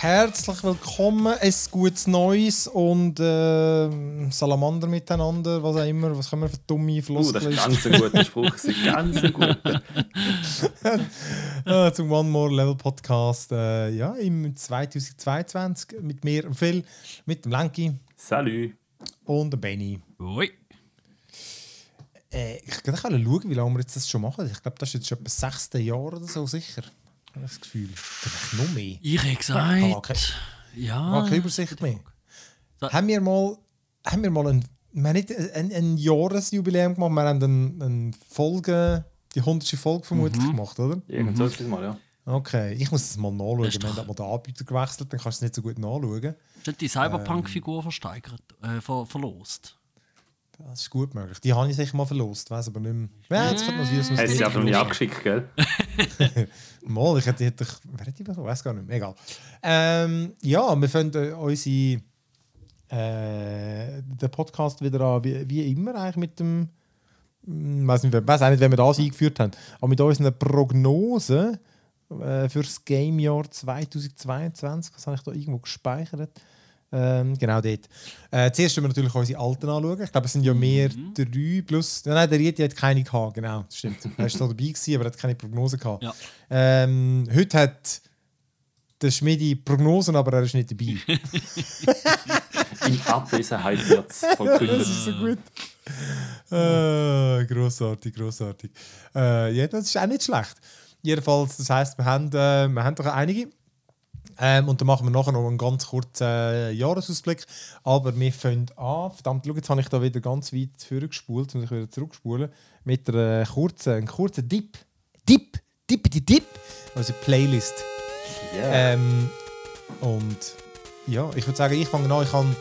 Herzlich willkommen, es gutes Neues und Salamander miteinander, was auch immer. Was können wir für dumme Floskeln? Das ist ganz ein guter Spruch, das ist ganz ein guter. Zum One More Level Podcast, ja, im 2022 mit mir, Phil, mit dem Lenki. Salut. Und dem Benny. Ui. Ich kann schauen, wie lange wir jetzt das schon machen. Ich glaube, das ist jetzt schon etwa 6. Jahr oder so, sicher. Ich habe das Gefühl. Vielleicht noch mehr. Ich habe gesagt, ja. Keine Übersicht mehr. Haben wir mal ein Jahresjubiläum gemacht? Wir haben eine Folge, die 100. Folge vermutlich gemacht, oder? Irgend so ist das mal, ja. Okay, ich muss das mal nachschauen. Wir haben mal den Anbieter gewechselt, dann kannst du es nicht so gut nachschauen. Hast du die Cyberpunk-Figur verlost? Das ist gut möglich. Die habe ich sicher mal verlost, weiß aber nicht mehr. Ja, jetzt könnte man sie Hast du sie einfach nicht abgeschickt, gell? Mal, wer hätte ich bekommen? Weiß gar nicht mehr. Egal. Ja, wir fangen den Podcast wieder an, wie immer eigentlich mit dem. Ich weiß nicht, wenn wir das eingeführt haben, aber mit unserer Prognose für das Game-Jahr 2022. Das habe ich da irgendwo gespeichert. Genau dort. Zuerst müssen wir natürlich unsere Alten anschauen. Ich glaube, es sind ja mehr 3 plus. Nein, der Rieti hat keine gehabt, genau. Das stimmt. Er war so dabei gewesen, aber er hat keine Prognose gehabt. Ja. Heute hat der Schmidi Prognosen, aber er ist nicht dabei. In Abwesenheit wird es verkündet. Das ist so gut. Grossartig. Ja, das ist auch nicht schlecht. Jedenfalls, das heisst, wir haben doch einige. Und dann machen wir nachher noch einen ganz kurzen Jahresausblick. Aber wir fangen an. Verdammt, schau, jetzt habe ich da wieder ganz weit vorgespult. Jetzt muss ich wieder zurückspulen. Mit einem kurzen Dip. Also Playlist. Yeah. Und ja, ich würde sagen, ich fange an. Ich kann.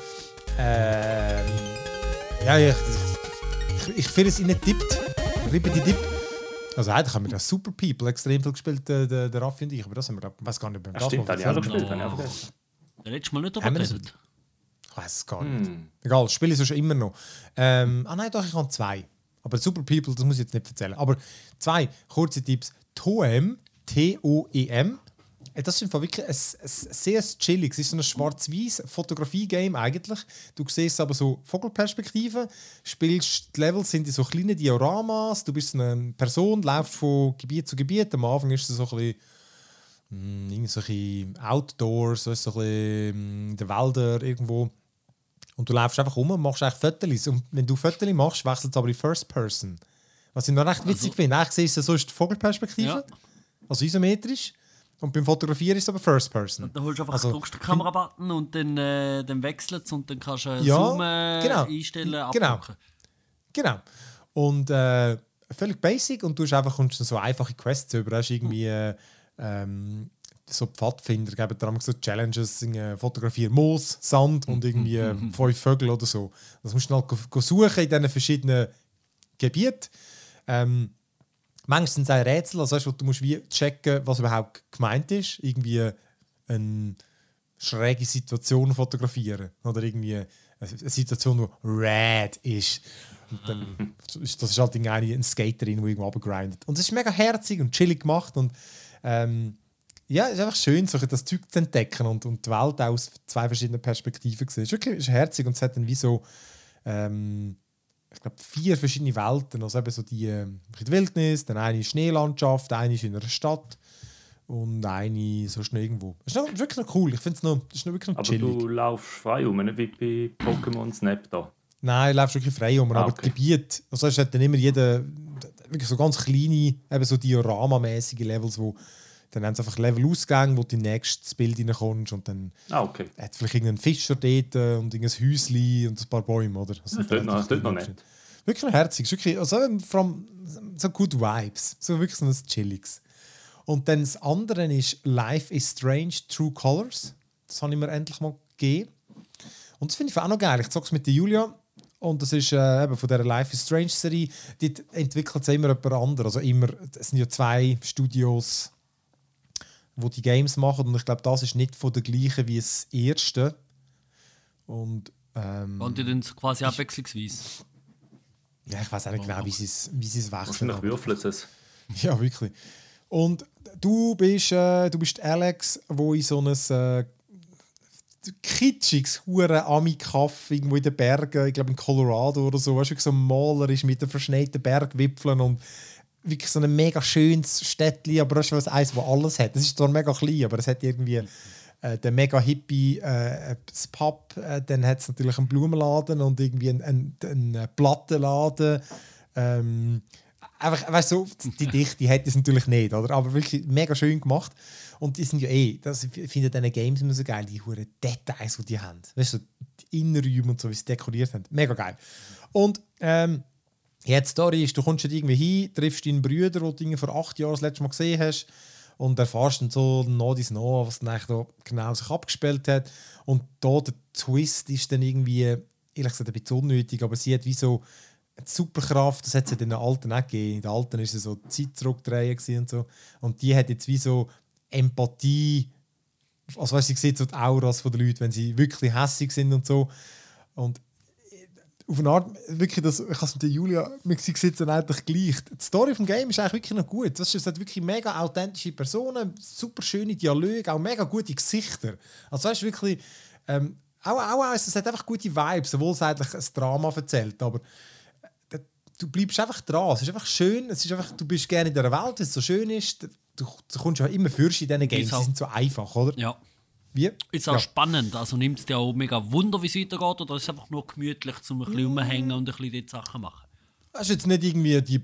Ich finde es in tippt. Rippeti Dip. Also eigentlich haben wir das Super People extrem viel gespielt, der Raffi und ich, aber das haben wir, weiß gar nicht, beim Stimmt, habe ich auch gespielt. Letztes Mal nicht überredet. Ich weiß es gar nicht. Egal, das Spiel ist schon immer noch. Nein, doch, ich habe 2. Aber Super People, das muss ich jetzt nicht erzählen. Aber 2 kurze Tipps. Toem, T-O-E-M. Das ist wirklich ein sehr chillig. Es ist so ein schwarz-weiß Fotografie-Game eigentlich. Du siehst aber so Vogelperspektiven, spielst die Levels sind in so kleinen Dioramas, du bist eine Person, läufst von Gebiet zu Gebiet. Am Anfang ist es so ein bisschen Outdoors, so ein bisschen in den Wäldern irgendwo. Und du läufst einfach rum und machst eigentlich Fotos. Und wenn du Fotos machst, wechselt es aber in First Person. Was ich noch recht witzig finde. Eigentlich siehst du so ist die Vogelperspektive, also isometrisch. Und beim Fotografieren ist es aber First Person. Dann holst du einfach drückst den Kamerabutton und dann wechselt es und dann kannst du Zoom einstellen, abdrücken. Genau. Und völlig basic und du kommst dann so einfache Quests über. Du hast irgendwie so Pfadfinder, geben dann so Challenges, fotografieren Moos, Sand und irgendwie 5 Vögel oder so. Das musst du halt suchen in diesen verschiedenen Gebieten. Manchmal sind es auch Rätsel, also du musst wie checken, was überhaupt gemeint ist. Irgendwie eine schräge Situation fotografieren. Oder irgendwie eine Situation, die rad ist. Und dann, das ist halt eine Skaterin, die irgendwo runtergrindet. Und es ist mega herzig und chillig gemacht. Und ja, es ist einfach schön, so das Zeug zu entdecken und die Welt auch aus 2 verschiedenen Perspektiven zu sehen. Es ist wirklich herzig und es hat dann wie so ich glaube 4 verschiedene Welten, also eben so die Wildnis, dann eine Schneelandschaft, eine ist in einer Stadt und eine so schnell irgendwo. Das ist wirklich noch cool, ich finde es noch wirklich noch chillig. Aber du laufst frei nicht wie bei Pokémon Snap da? Nein, du läufst wirklich frei aber okay. Das Gebiet, also es hat dann immer jeder, wirklich so ganz kleine, eben so Diorama-mäßige Levels, wo dann haben sie einfach Level-Ausgänge, wo du in nächstes Bild reinkommst und dann okay. Hat vielleicht irgendeinen Fischer dort und irgendein Häuschen und ein paar Bäume, oder? Also das tut noch nicht. Wirklich noch herzig, wirklich, also so good Vibes, so wirklich so ein Chilliges. Und dann das andere ist Life is Strange, True Colors. Das habe ich mir endlich mal gegeben. Und das finde ich auch noch geil. Ich zocke es mit der Julia und das ist eben von dieser Life is Strange Serie. Dort entwickelt es immer jemand anderes. Also immer, es sind ja 2 Studios, wo die Games machen und ich glaube, das ist nicht von der gleichen wie das erste. Und die dann quasi abwechslungsweise? Ja, ich weiß auch nicht genau, wie sie es wechseln. Wahrscheinlich würfelt es. Ja, wirklich. Und du bist Alex, wo in so ein kitschiges hure Ami-Kaff irgendwo in den Bergen, ich glaube in Colorado oder so, weißt du, so malerisch mit den verschneiten Bergwipfeln und wirklich so ein mega schönes Städtchen, aber das ist eins, das alles hat. Es ist zwar mega klein, aber es hat irgendwie den mega hippie das Pub, dann hat es natürlich einen Blumenladen und irgendwie einen Plattenladen. Einfach, weißt du, die Dichte hat es natürlich nicht, oder? Aber wirklich mega schön gemacht. Und die sind ja das ich finde diese Games immer so geil, die hohen Details, die haben. Weißt du, die Innenräume und so, wie sie dekoriert haben. Mega geil. Und jetzt die Story ist, du kommst irgendwie hin, triffst deinen Bruder, den du vor 8 Jahren das letzte Mal gesehen hast, und erfährst dann so was dann eigentlich da genau sich abgespielt hat. Und da der Twist ist dann irgendwie, ehrlich gesagt, ein bisschen unnötig, aber sie hat wie so eine Superkraft, das hat es in den Alten auch gegeben. In den Alten war es so Zeit zurückdrehen und so. Und die hat jetzt wie so Empathie, also weißt du, sie sieht so die Auras der Leute, wenn sie wirklich hässig sind und so. Und auf eine Art, wirklich, ich habe es mit der Julia, wir sehen dann eigentlich gleich. Die Story vom Game ist eigentlich wirklich noch gut. Es hat wirklich mega authentische Personen, super schöne Dialoge, auch mega gute Gesichter. Also weißt du, wirklich, es hat einfach gute Vibes, obwohl es eigentlich ein Drama erzählt, aber du bleibst einfach dran. Es ist einfach schön, du bist gerne in dieser Welt, weil es so schön ist. Du kommst ja immer fürst in diesen Games, die sind so einfach, oder? Ja. Wie? Ist auch spannend, also nimmt es dir auch mega Wunder, wie es weitergeht, oder ist es einfach nur gemütlich, um ein bisschen rumhängen und ein bisschen die Sachen machen? Das ist jetzt nicht irgendwie wie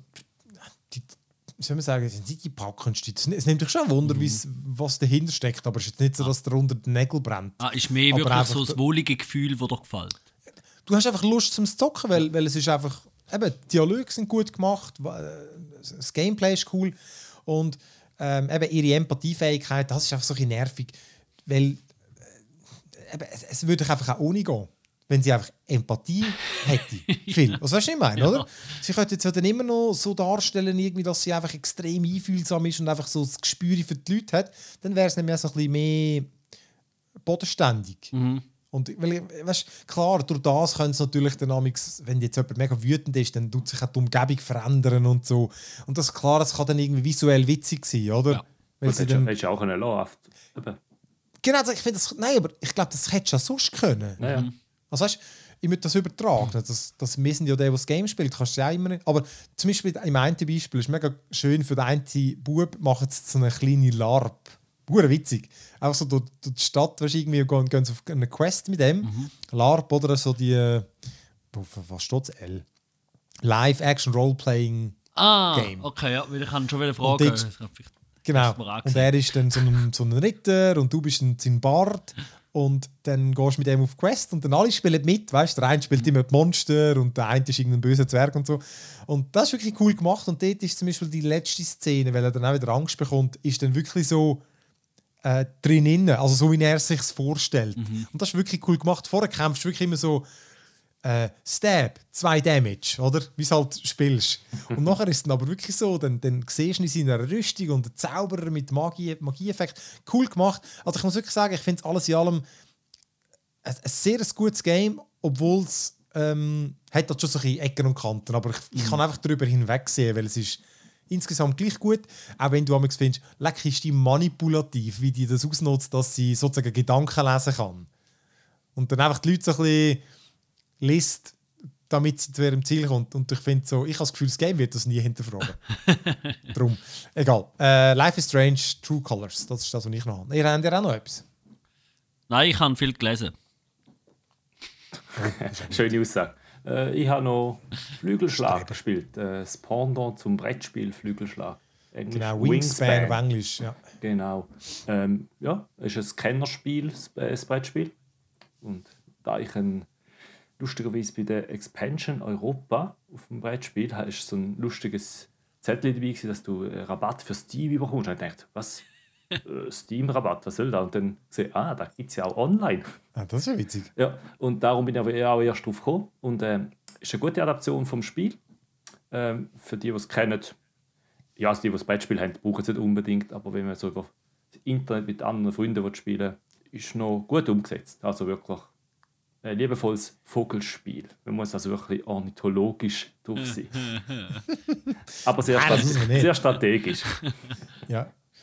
soll man sagen, sind nicht die Packendste. Es nimmt dich schon Wunder, was dahinter steckt, aber es ist jetzt nicht so, dass darunter die Nägel brennt. Ist mehr aber wirklich so das wohlige Gefühl, das dir gefällt? Du hast einfach Lust zum Zocken, weil es ist einfach, eben, die Dialoge sind gut gemacht, das Gameplay ist cool und eben ihre Empathiefähigkeit, das ist einfach so ein bisschen nervig, weil es würde einfach auch ohne gehen, wenn sie einfach Empathie hätte. Viel. Was weißt du, was ich meine, oder? Sie könnte jetzt dann immer noch so darstellen, irgendwie, dass sie einfach extrem einfühlsam ist und einfach so das Gespür für die Leute hat, dann wäre es nämlich so ein bisschen mehr bodenständig. Und weißt, klar, durch das können es natürlich dann, wenn jetzt jemand mega wütend ist, dann tut sich auch die Umgebung verändern und so. Und das klar, das kann dann irgendwie visuell witzig sein, oder? Ja. Weil das hättest du auch können lassen. Genau, ich finde das. Nein, aber ich glaube, das hättest du ja sonst können. Ja. Also weißt, ich würde das übertragen. Wir sind ja der, der das Game spielt, kannst du ja immer nicht. Aber zum Beispiel im einen Beispiel ist mega schön, für den einen Bub machen sie so eine kleine LARP. Pure witzig. Einfach so durch die Stadt, weißt, irgendwie gehen sie auf eine Quest mit dem. LARP oder so die. Was steht L? Live-Action-Role-Playing Game. Okay, ja, weil ich kann schon wieder fragen. Genau. Und er ist dann so ein Ritter und du bist sein Bard. Und dann gehst du mit ihm auf Quest und dann alle spielen mit, weißt? Der eine spielt immer die Monster und der eine ist irgendein böser Zwerg und so. Und das ist wirklich cool gemacht und dort ist zum Beispiel die letzte Szene, weil er dann auch wieder Angst bekommt, ist dann wirklich so drinnen, also so wie er es sich vorstellt. Und das ist wirklich cool gemacht. Vorher kämpfst du wirklich immer so Stab, 2 Damage, oder? Wie du halt spielst. Und nachher ist es dann aber wirklich so, dann siehst du ihn in seiner Rüstung und der Zauberer mit Magieeffekt. Cool gemacht. Also ich muss wirklich sagen, ich finde es alles in allem ein sehr gutes Game, obwohl es hat dort schon so Ecken und Kanten, aber ich kann einfach darüber hinwegsehen, weil es ist insgesamt gleich gut, auch wenn du am findest, leck ist die manipulativ, wie die das ausnutzt, dass sie sozusagen Gedanken lesen kann. Und dann einfach die Leute so ein bisschen liest, damit sie zu ihrem Ziel kommt. Und ich finde so, ich habe das Gefühl, das Game wird das nie hinterfragen. Darum, egal. Life is Strange, True Colors, das ist das, was ich noch habe. Ihr habt ja auch noch etwas? Nein, ich habe viel gelesen. Schöne Aussage. Ich habe noch Flügelschlag gespielt. Das Pendant zum Brettspiel Flügelschlag. Englisch, genau, Wingspan auf Englisch. Ja. Genau. Ja, es ist ein Scannerspiel, das Brettspiel. Und da ich lustigerweise bei der Expansion Europa auf dem Brettspiel ist so ein lustiges Zettel dabei gewesen, dass du Rabatt für Steam bekommst. Und ich dachte, was? Steam-Rabatt, was soll das? Und dann sehe ich, da gibt es ja auch online. Das ist ja witzig. Ja, und darum bin ich aber auch erst drauf gekommen. Und es ist eine gute Adaption vom Spiel. Für die es kennen, ja, also die das Brettspiel haben, brauchen es nicht unbedingt, aber wenn man so über das Internet mit anderen Freunden spielen will, ist noch gut umgesetzt. Also wirklich ein liebevolles Vogelspiel. Man muss also wirklich ornithologisch drauf sein. Aber sehr strategisch. Ja.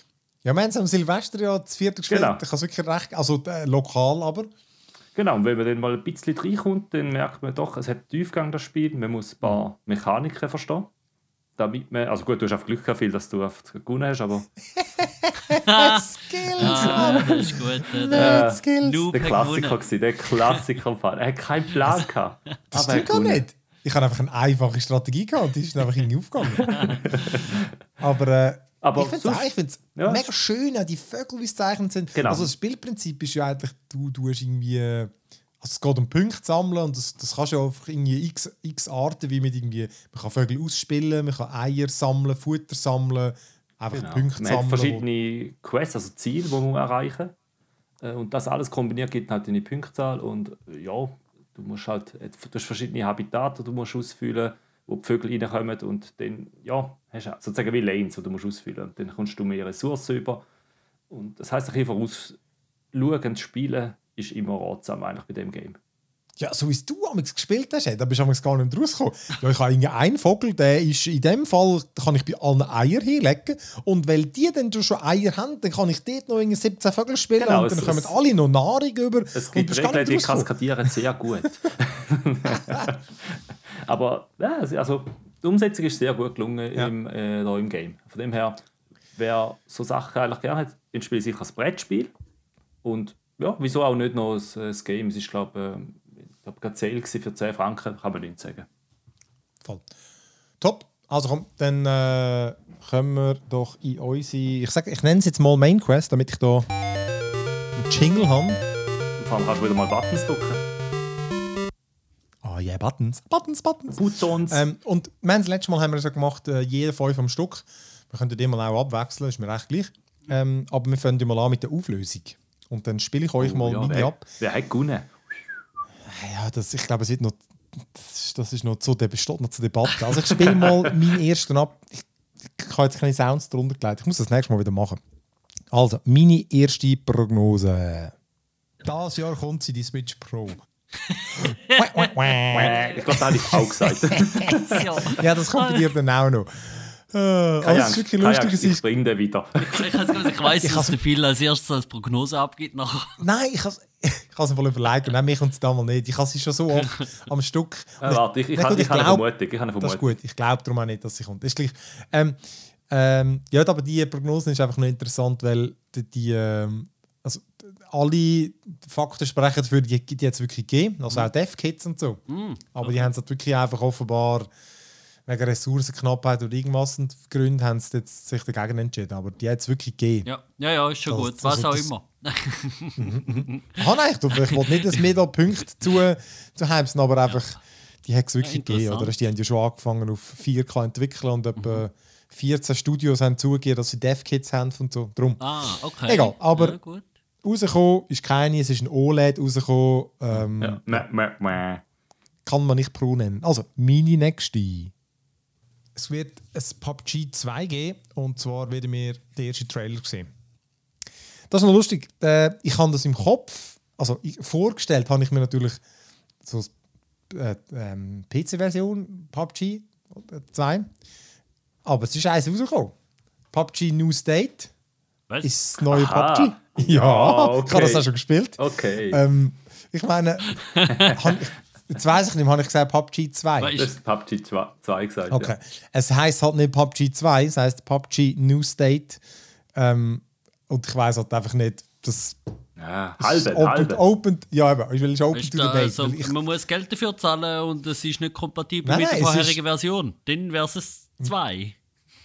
Ja, wir haben es am Silvester ja das 4. gespielt. Genau. Ich habe wirklich recht, also lokal aber. Genau, und wenn man dann mal ein bisschen reinkommt, dann merkt man doch, es hat Tiefgang, das Spiel. Man muss ein paar Mechaniken verstehen. Damit man, also gut, du hast einfach Glück gehabt, dass du gewonnen hast, aber... Skills! Das ist gut. Skills! Der Klassiker. Er hat keinen Plan gehabt. Das stimmt gar nicht. Ich habe einfach eine einfache Strategie gehabt und die ist einfach irgendwie aufgegangen. Aber ich finde es mega schön, die Vögel, wie es gezeichnet sind. Genau. Also das Spielprinzip ist ja eigentlich, du hast irgendwie... Also es geht um Punkte sammeln und das kannst du ja auf irgendwie x Arten, wie mit irgendwie... Man kann Vögel ausspielen, man kann Eier sammeln, Futter sammeln, einfach Punkte man sammeln. Man hat verschiedene Quests, also Ziele, die man erreichen muss. Und das alles kombiniert gibt halt eine Punktzahl und ja... Du hast verschiedene Habitate, die du musst ausfüllen, wo die Vögel reinkommen und dann hast du sozusagen wie Lanes, die du musst ausfüllen musst. Dann kommst du mehr Ressourcen über. Und das heisst, ein bisschen vorausschauen, spielen ist immer ratsam eigentlich bei diesem Game. Ja, so wie du amigs gespielt hast, da bist du amigs gar nicht mehr rausgekommen. Ja, ich habe einen Vogel, der ist in dem Fall, da kann ich bei allen Eier hinlegen. Und weil die dann schon Eier haben, dann kann ich dort noch 17 Vögel spielen und dann kommen alle noch Nahrung über. Es gibt Regeln, die kaskadieren sehr gut. Aber ja, also, die Umsetzung ist sehr gut gelungen im Game. Von dem her, wer so Sachen eigentlich gerne hat, dann spielt sicher ein Brettspiel. Und ja, wieso auch nicht noch ein Game? Es ist, glaube ich, gerade Sale für 10 Franken, kann man nicht sagen. Voll. Top. Also komm, dann kommen wir doch in unsere... Ich nenne es jetzt mal Main Quest, damit ich da einen Jingle habe. Und vor allem kannst du wieder mal Buttons drücken. Oh yeah, Buttons. Buttons. Buttons. Und das letzte Mal haben wir so gemacht, jeder 5 am Stück. Wir können die mal auch abwechseln, ist mir recht gleich. Aber wir fangen mal an mit der Auflösung. Und dann spiele ich euch mal meine ab. Wer hat gewonnen? Ja, ich glaube, es wird noch... Das ist noch steht noch zur Debatte. Also ich spiele mal meinen ersten ab. Ich habe jetzt keine Sounds drunter gelegt. Ich muss das nächste Mal wieder machen. Also, meine erste Prognose. Das Jahr kommt sie, die Switch Pro. Ich glaube, das habe ich auch gesagt. Ja, das kommt bei dir dann auch noch. Das ist wirklich lustig. Ich bringe den wieder. Ich weiss, dass der Phil als erstes als Prognose abgibt. Nein, ich kann es mir überlegen. Nein, mir kommt es damals nicht. Ich habe sie schon so oft am Stück. Warte, ich habe eine Vermutung. Das ist gut. Ich glaube darum auch nicht, dass sie kommt. Ist gleich. Ja, aber die Prognose ist einfach noch interessant, weil also alle Fakten sprechen dafür, die hat es wirklich gegeben. Also auch Dev-Kits und so. Aber die haben es wirklich einfach offenbar wegen Ressourcenknappheit oder irgendwas und Gründen haben sie jetzt sich dagegen entschieden. Aber die hat es wirklich gegeben. Ja, ist schon gut. Was auch immer. Nein, ich wollte nicht, dass wir da Punkte zu hypsen, aber einfach, die hat es wirklich gegeben. Oder die haben ja schon angefangen auf 4K entwickeln und etwa 14 Studios haben zugegeben, dass sie Dev-Kits haben und so. Drum. Okay. Egal, aber rausgekommen ist keine, es ist ein OLED rausgekommen. Kann man nicht Pro nennen. Also, meine nächste. Es wird ein PUBG 2 geben und zwar werden wir den ersten Trailer sehen. Das ist noch lustig. Ich habe das im Kopf, also vorgestellt habe ich mir natürlich so eine PC-Version PUBG 2. Aber es ist eins rausgekommen. PUBG New State. Was? Ist das neue PUBG. Ja, okay. Ich habe das auch schon gespielt. Okay. Ich meine, jetzt weiss ich nicht, habe ich gesagt PUBG 2? Das ist PUBG 2 gesagt. Okay. Ja. Es heisst halt nicht PUBG 2, es heisst PUBG New State. Und ich weiss halt einfach nicht, dass. Ja, open, ja, aber ich will es open to debate. Also, man muss Geld dafür zahlen und es ist nicht kompatibel mit der vorherigen Version. Dann wäre es 2.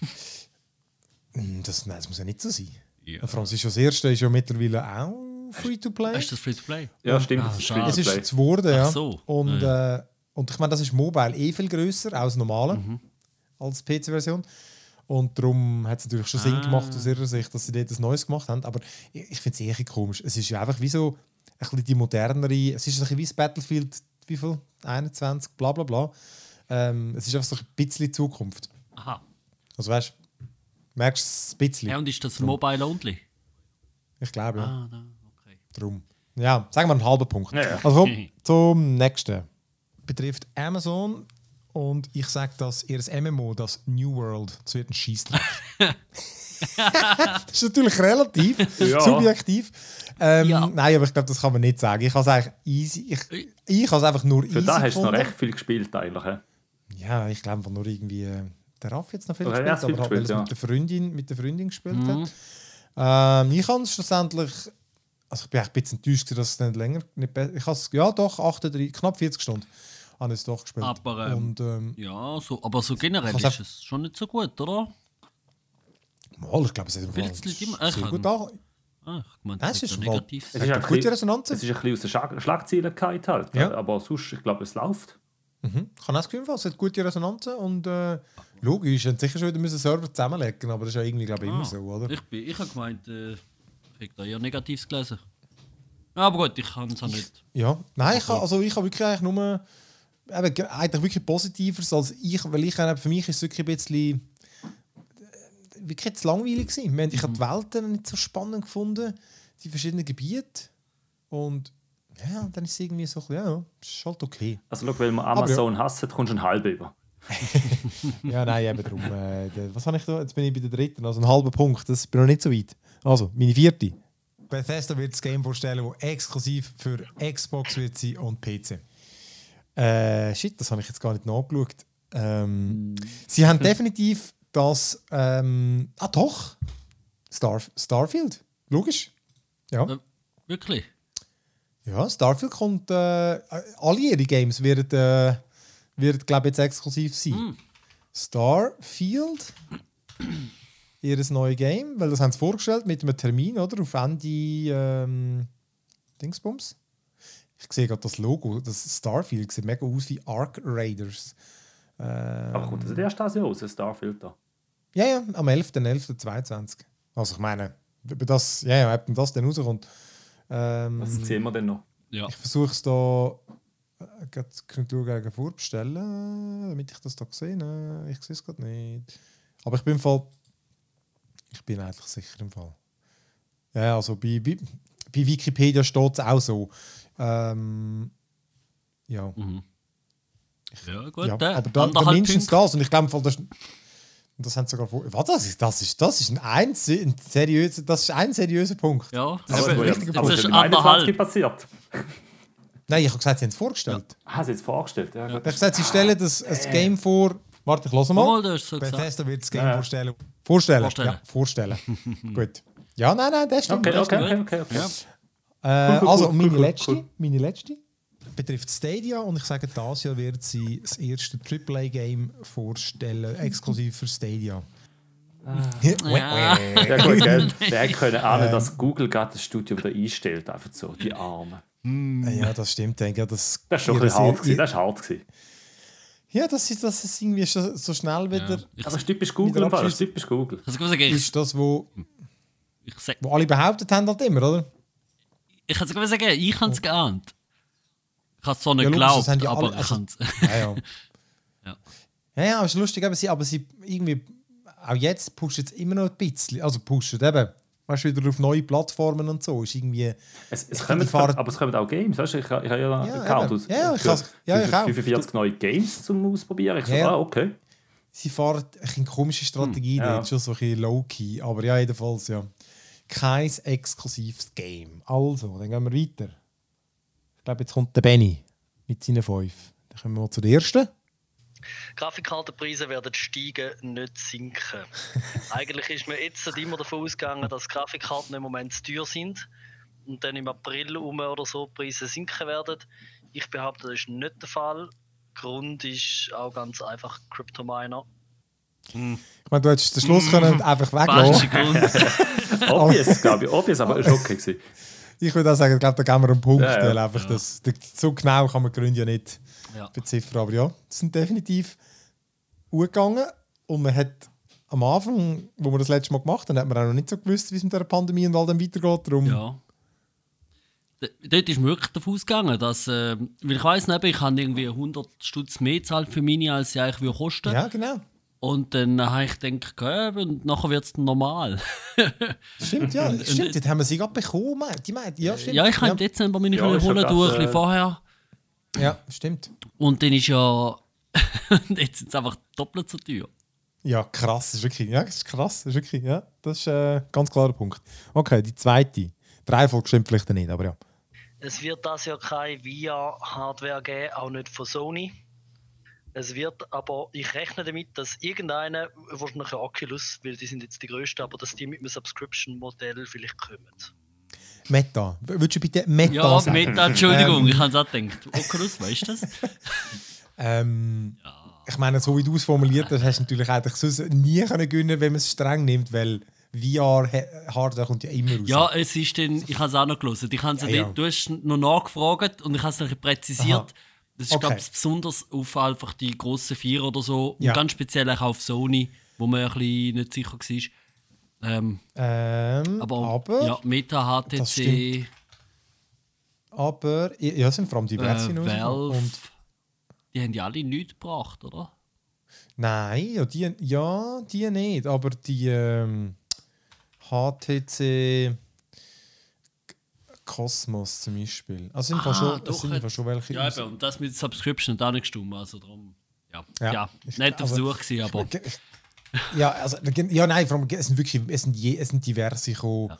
Das muss ja nicht so sein. Ja. Vor allem ist das erste ist ja mittlerweile auch Free-to-Play. Ist das Free-to-Play? Ja, stimmt. Es ist jetzt geworden, ja. So. Und ich meine, das ist mobile viel grösser als normale, als PC-Version. Und darum hat es natürlich schon Sinn gemacht aus ihrer Sicht, dass sie dort etwas Neues gemacht haben. Aber ich finde es eher komisch. Es ist ja einfach wie so ein bisschen die modernere, es ist ein bisschen wie das Battlefield, wie viel? 21, bla bla bla. Es ist einfach so ein bisschen Zukunft. Aha. Also weißt du, merkst du es ein bisschen. Ja, und ist das mobile only? Ich glaube, ja. Okay. Drum. Ja, sagen wir einen halben Punkt. Ja. Also komm, zum nächsten. Betrifft Amazon Und ich sage, dass ihr MMO, das New World, das wird ein Scheissdreck. Das ist natürlich relativ subjektiv. Nein, aber ich glaube, das kann man nicht sagen. Ich habe es eigentlich easy. Ich habe es einfach nur easy gefunden. Für da hast du noch recht viel gespielt eigentlich. Ja, ich glaube nur irgendwie... Der Raff jetzt noch viel gespielt, aber hat weil es mit der Freundin gespielt hat. Ich habe es schlussendlich... Also ich bin echt ein bisschen enttäuscht, dass es nicht länger... Nicht ich habe es, ja doch, 38, knapp 40 Stunden habe ich es doch gespielt. Aber, aber so generell ist es schon nicht so gut, oder? Mal, ich glaube, es ist sehr gut an. Es ist negativ. Es ist eine gute Resonanz. Es ist ein bisschen aus der Schlagzeiligkeit halt. Ja. Aber sonst, ich glaube, es läuft. Ich habe das Gefühl, es hat gute Resonanz und logisch, wir sicher schon wieder Server zusammenlegen, aber das ist ja irgendwie, glaube ich, immer so, oder? Ich habe gemeint, ich habe da eher Negatives gelesen. Aber gut, ich kann es auch nicht. Ja, nein, ich habe wirklich eigentlich nur eigentlich wirklich Positiveres als ich, weil für mich ist es wirklich ein bisschen wirklich zu langweilig gewesen. Ich habe die Welten nicht so spannend gefunden, die verschiedenen Gebiete und ja, dann ist es irgendwie so, ja, ist halt okay. Also schau, weil man Amazon hasst, kommst du einen halben über. Ja, nein, eben darum. Was habe ich da? Jetzt bin ich bei der dritten, also einen halben Punkt, das bin noch nicht so weit. Also, meine vierte. Bethesda wird das Game vorstellen, das exklusiv für Xbox wird sein und PC. Shit, das habe ich jetzt gar nicht nachgeschaut. Sie haben definitiv das... doch! Starfield. Logisch. Ja. Wirklich? Ja, Starfield kommt... alle ihre Games werden glaube ich, jetzt exklusiv sein. Starfield... ihr neues Game, weil das haben sie vorgestellt mit einem Termin, oder? Auf Ende... Dingsbums. Ich sehe gerade das Logo, das Starfield sieht mega aus wie Ark Raiders. Aber kommt das erst das Jahr raus, Starfield da? Ja, am 11.11.22. Also ich meine, ob das dann rauskommt. Was sehen wir denn noch? Ja. Ich versuche es da gegen vorbestellen, damit ich das da sehe. Ich sehe es gerade nicht. Aber ich bin eigentlich sicher im Fall. Ja, also bei Wikipedia steht es auch so. Ja. Mhm. Ja, gut. Ja, aber da mindestens das. Und ich glaube, das haben sie sogar vor. Was? Das ist ein seriöser Punkt. Ja, das ist ein richtiger Punkt. Das ist 21 passiert. Nein, ich habe gesagt, sie haben es vorgestellt. Ja. Ah, sie haben es vorgestellt. Ja, ich habe gesagt, sie stellen das Game vor. Warte, ich höre mal. Bethesda wird das Game vorstellen. Vorstellen. Gut. Ja, nein, das stimmt. Okay. Ja. Also, meine letzte betrifft Stadia und ich sage, dieses Jahr wird sie das erste AAA-Game vorstellen, exklusiv für Stadia. Ja gut, gell? Wir können ahnen, dass Google gerade das Studio wieder einstellt, einfach so, die Arme. Ja, das stimmt, denke ich. Das war schon ein bisschen hart gewesen. Das war hart gewesen. Ja, das ist irgendwie so schnell wieder... Ja. Aber das typisch Google, das ist typisch Google. Ist das, wo alle behauptet haben halt immer, oder? Ich kann es sagen, ich habe es geahnt. Ich habe es zwar nicht geglaubt, aber ich kann es. Ja, aber es ist lustig, aber sie irgendwie... Auch jetzt pushen es immer noch ein bisschen. Also pushen eben... Weißt du, wieder auf neue Plattformen und so. Ist irgendwie... aber es kommen auch Games. Weißt du, ich habe ja einen Account. Ich auch. 45 neue Games zum Ausprobieren. Ich sage, okay. Sie fahren eine komische Strategie, schon so ein bisschen low-key. Aber ja, jedenfalls, ja. Kein exklusives Game. Also, dann gehen wir weiter. Ich glaube, jetzt kommt der Benny mit seinen 5. Dann kommen wir mal zu der ersten. Grafikkartenpreise werden steigen, nicht sinken. Eigentlich ist man jetzt immer davon ausgegangen, dass Grafikkarten im Moment zu teuer sind und dann im April oder so die Preise sinken werden. Ich behaupte, das ist nicht der Fall. Grund ist auch ganz einfach Cryptominer. Ich meine, du hättest den Schluss können einfach weglassen. Obvious, glaube ich. Obvious, aber es war okay gewesen. Ich würde auch sagen, ich glaube, da gehen wir einen Punkt. Weil einfach so genau kann man Gründe ja nicht beziffern. Aber ja, das sind definitiv gegangen. Und man hat am Anfang, wo wir das letzte Mal gemacht haben, hat man auch noch nicht so gewusst, wie es mit der Pandemie und all dem weitergeht. Darum ja. Dort ist mir wirklich davon ausgegangen, dass, weil ich weiss nicht, ich habe irgendwie 100 Stutz mehr gezahlt für meine, als sie eigentlich kosten. Ja, genau. Und dann habe ich gedacht, und nachher wird es normal. Stimmt, ja. Stimmt, das haben wir sie gerade bekommen. Ja, stimmt. Ja, ich habe im Dezember meine holen durch, vorher. Ja, stimmt. Und dann ist ja Und jetzt sind sie einfach doppelt so teuer. Ja, krass, das ist wirklich, ja, das ist krass, das ist wirklich, ja, das ist ein ganz klarer Punkt. Okay, die zweite. Die Reihenfolge stimmt vielleicht nicht, aber ja. Es wird das Jahr keine VR-Hardware geben, auch nicht von Sony. Es wird aber, ich rechne damit, dass irgendeine, wahrscheinlich ein Oculus, weil die sind jetzt die grössten, aber dass die mit einem Subscription-Modell vielleicht kommen. Meta. Würdest du bitte Meta Ja, sagen? Meta, Entschuldigung, ich habe es auch gedacht. Oculus, weißt du das? Ich meine, so wie du es formuliert hast, hast du natürlich eigentlich sonst nie können gewinnen, wenn man es streng nimmt, weil VR-Hardware kommt ja immer raus. Ja, es ist dann, ich habe es auch noch gelesen. Du hast noch nachgefragt und ich habe es noch präzisiert. Aha. Das ist, Okay. glaube ich, besonders auf einfach die grossen 4 oder so. Und Ja. ganz speziell auch auf Sony, wo man ein bisschen nicht sicher war. aber ja, Meta, Das HTC, stimmt. Aber ja, es sind vor allem diverse rausgekommen. Valve, Und die haben ja alle nichts gebracht, oder? nein, die nicht. Aber die HTC Cosmos zum Beispiel. Also sind schon welche. Ja, raus. eben, und das mit Subscription hat auch nicht gestimmt. Also darum, Ja. ja Ich- netter aber- Versuch gewesen, aber Ja, also, ja, nein, vor allem, es sind diverse gekommen.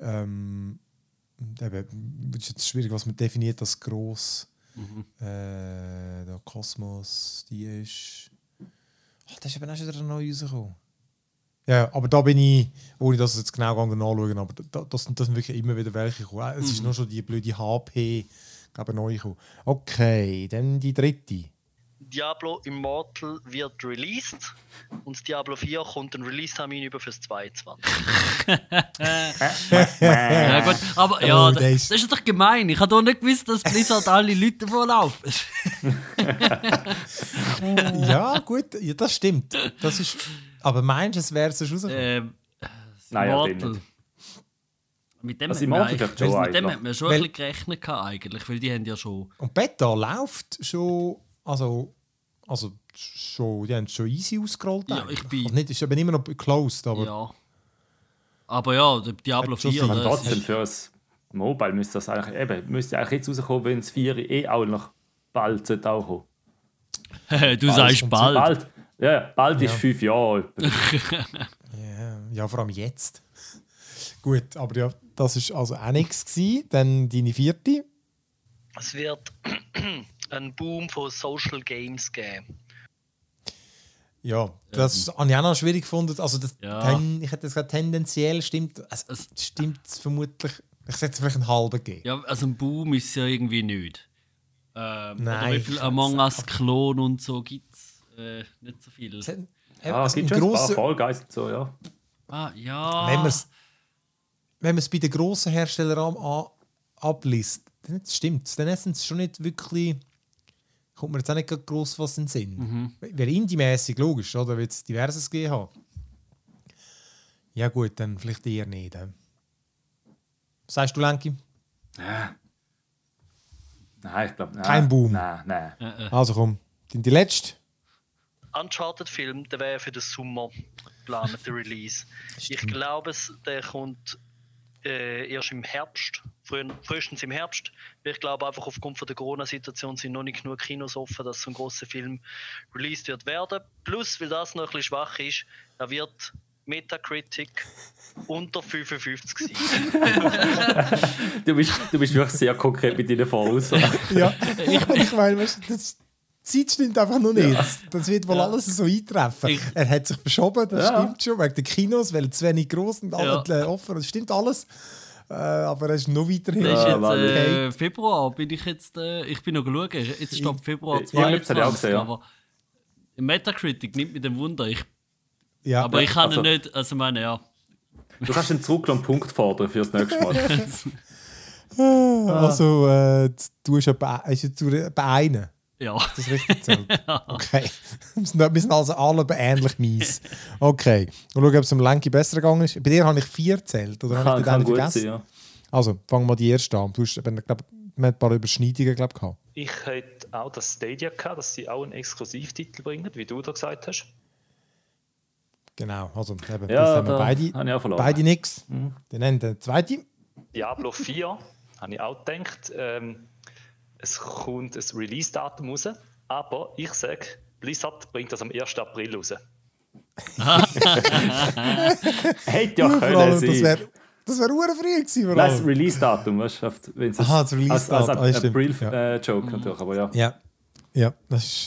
Eben, es ist jetzt schwierig, was man definiert als gross. Der Kosmos, die ist. Ach, das ist eben auch schon wieder neu rausgekommen. Ja, aber da bin ich, ohne dass ich jetzt genau nachschauen, aber das sind wirklich immer wieder welche gekommen. Es ist nur schon die blöde HP, glaube ich, neu gekommen. Okay, dann die dritte. Diablo Immortal wird released und Diablo 4 kommt ein Release-Termin über fürs 22. ja gut, aber ja, Oh, das ist doch gemein. Ich habe doch nicht gewusst, dass Blizzard alle Leute vorlaufen. Ja, gut, ja, das stimmt. Das ist, aber meinst du, es wäre so rausgekommen? Nein, ja, den Immortal. nicht. Mit dem, Also hat Immortal man, wird schon mit dem eigentlich. hat man schon Weil- ein bisschen gerechnet gehabt, eigentlich, weil die haben ja schon... Und Beta läuft schon, also schon, die haben es schon easy ausgerollt. Ja, eigentlich. ich bin- Also nicht, ist eben immer noch closed, aber Ja. Aber ja, der Diablo Hat schon 4... Sinn. Und das trotzdem ist- für ein Mobile müsste das müsste eigentlich jetzt rauskommen, wenn das 4 auch noch bald sollte auch kommen. du sagst kommt bald. Bald ist 5 Jahre. ja, vor allem jetzt. Gut, aber ja, das war also auch nichts gewesen. Dann deine vierte. Es wird einen Boom von Social Games geben. Ja, das habe ich auch noch schwierig gefunden. Also Ja. ich hätte gesagt, tendenziell stimmt es stimmt vermutlich. Ich hätte vielleicht einen halben gegeben. Ja, also ein Boom ist ja irgendwie nicht. Nein, Oder wie viel Among Us Klon und so gibt es? Nicht so viel. Es hat- Es im gibt schon ein paar Grossen- Fall Guys und so, ja. Ah, ja. wenn man es bei den grossen Herstellern ablistet, dann stimmt es. Dann sind es schon nicht wirklich. Kommt mir jetzt auch nicht gerade gross was in den Sinn. Wäre indie-mässig logisch, oder? Wird es diverses gegeben haben. Ja, gut, dann vielleicht eher nicht. Was sagst du, Lenki? Nein, ich glaube nicht. Kein Boom. Nein. Also komm, die letzte. Uncharted-Film, der wäre für den Sommer geplant, der Release. Ich glaube, der kommt erst im Herbst, frühestens im Herbst. Ich glaube einfach aufgrund von der Corona-Situation sind noch nicht genug Kinos offen, dass so ein grosser Film released wird werden. Plus, weil das noch ein bisschen schwach ist, er wird Metacritic unter 55 sein. Du bist wirklich sehr konkret mit deinen Voraussagen. Ja, ich meine, weißt du, die Zeit stimmt einfach noch nicht. Das wird wohl alles so eintreffen. Er hat sich verschoben, das stimmt schon, wegen den Kinos, weil zu wenig gross und alle offen, das stimmt alles. Aber er ist noch weiterhin. Das ist jetzt okay. Februar, bin ich jetzt... ich bin noch schauen. Jetzt steht Februar Ja, das habe ich auch 22, gesehen, ja. aber Metacritic nimmt mit dem Wunder. Ja. Aber ich kann also- ihn nicht... Also meine, ja. Du kannst einen Zug und Punkt fordern für das nächste Mal. Also, du hast etwa einen. Ja. Das ist richtig gezählt. Okay. Wir sind also alle ähnlich mies. Okay. Und schauen, ob es dem Lenki besser gegangen ist. Bei dir habe ich 4 gezählt. Oder habe ich Kann den gut vergessen? sein, ja. Also, fangen wir die erste an. Du hast, ich glaube, wir haben ein paar Überschneidungen gehabt. Ich hätte auch das Stadia gehabt, dass sie auch einen Exklusivtitel bringen, wie du da gesagt hast. Genau. Also, eben, Ja, das haben wir da beide, habe ich auch verloren. beide nichts. Dann nennen der zweite. Diablo 4, habe ich auch gedacht. Es kommt ein Release-Datum raus, aber ich sage, Blizzard bringt das am 1. April raus. Hätte ja Vor können allem, sein. das wäre früh gewesen. vor Nein, das allem. Release-Datum, weißt du? Wenn es Aha, das Release-Datum. als stimmt. April-Joke natürlich, aber ja. Ja, das ist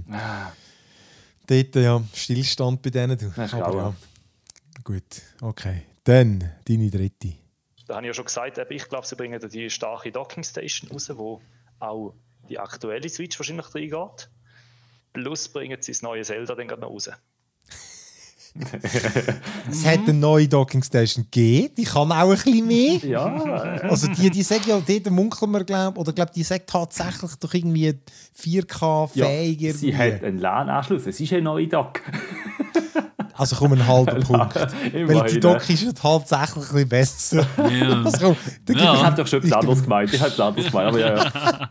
dort ja Stillstand bei denen. Du. Das ist Aber grauenhaft. Gut, okay. Dann deine dritte. Da habe ich ja schon gesagt, ich glaube, sie bringen die starke Docking Station raus, wo auch die aktuelle Switch wahrscheinlich reingeht. Plus bringen sie das neue Zelda dann gerade noch raus. Es hat eine neue Docking Station gegeben, die kann auch ein bisschen mehr. Ja, Also die sagt ja, dort munkeln wir, die sagt tatsächlich doch irgendwie 4K-fähig. ja, sie hat einen LAN-Anschluss. Es ist ein neuer Dock. Also komm, ein halber Punkt. Weil die Immerhin, Dock ist ja tatsächlich ein bisschen besser. Ja. Also, komm, dann gebe Ja. Ich habe doch schon etwas anderes gemeint. Ich habe etwas anderes gemeint, aber ja.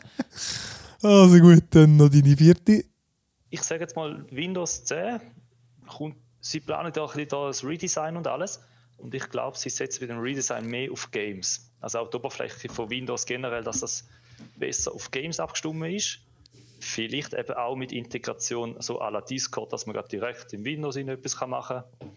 Also gut, dann noch deine vierte. Ich sage jetzt mal, Windows 10 sie planen ja ein bisschen das Redesign und alles. Und ich glaube, sie setzen bei dem Redesign mehr auf Games. Also auch die Oberfläche von Windows generell, dass das besser auf Games abgestimmt ist. Vielleicht eben auch mit Integration so à la Discord, dass man gerade direkt im Windows etwas machen kann.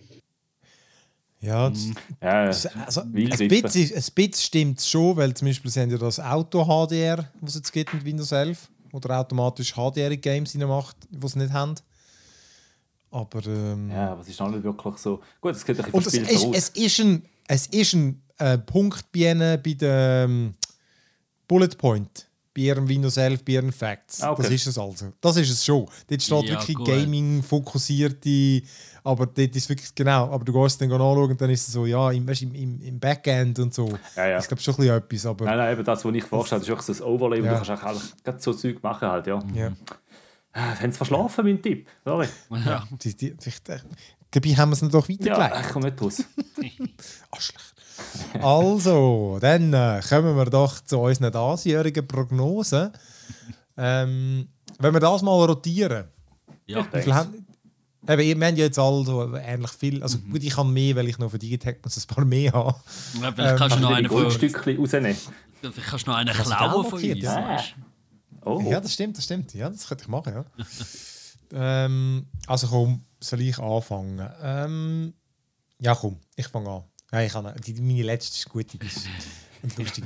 Ja, Ja, also, wild ein rippen. bisschen stimmt es schon, weil zum Beispiel sie haben ja das Auto-HDR, was es jetzt gibt mit Windows 11, oder automatisch HDR-Games reinmacht, die sie nicht haben. Aber Ja, aber es ist noch nicht wirklich so. Gut, es geht ein und bisschen verspielt raus. es ist ein Punkt bei ihnen bei dem Bullet Point, bei ihrem Windows 11, bei ihren Facts. Ah, okay. Das ist es also. Das ist es schon. Dort steht Ja, wirklich gut. Gaming-fokussierte, aber dort ist wirklich genau. Aber du gehst dann anschauen und dann ist es so, ja, im Backend und so. Ja, ja. Ich glaube schon ein bisschen etwas, aber Nein, eben das, was ich vorstelle, ist wirklich so ein Overlay, Ja. und du kannst auch gerade so Zeug machen halt, ja. ja. Haben sie verschlafen, mein Tipp? Sorry. Ja. Dabei haben wir es noch doch Ja, weitergeleitet. ich komme nicht raus. Arschloch. Also, dann kommen wir doch zu unseren diesjährigen Prognosen. Wenn wir das mal rotieren. Ja. Wie viel haben, eben, wir haben ja jetzt alle so ähnlich viel. Also gut, ich habe mehr, weil ich noch für Digitech muss ein paar mehr haben. Ja, vielleicht kannst du noch Die einen von uns. Goldstückchen rausnehmen. Vielleicht kannst du noch einen Hast du klauen den von markiert? uns. Ja. Weißt Oh, Ja, das stimmt. Ja, das könnte ich machen, ja. Also komm, soll ich anfangen? Ja, komm, ich fange an. Ja, meine letzte ist gut, die ist eine lustige.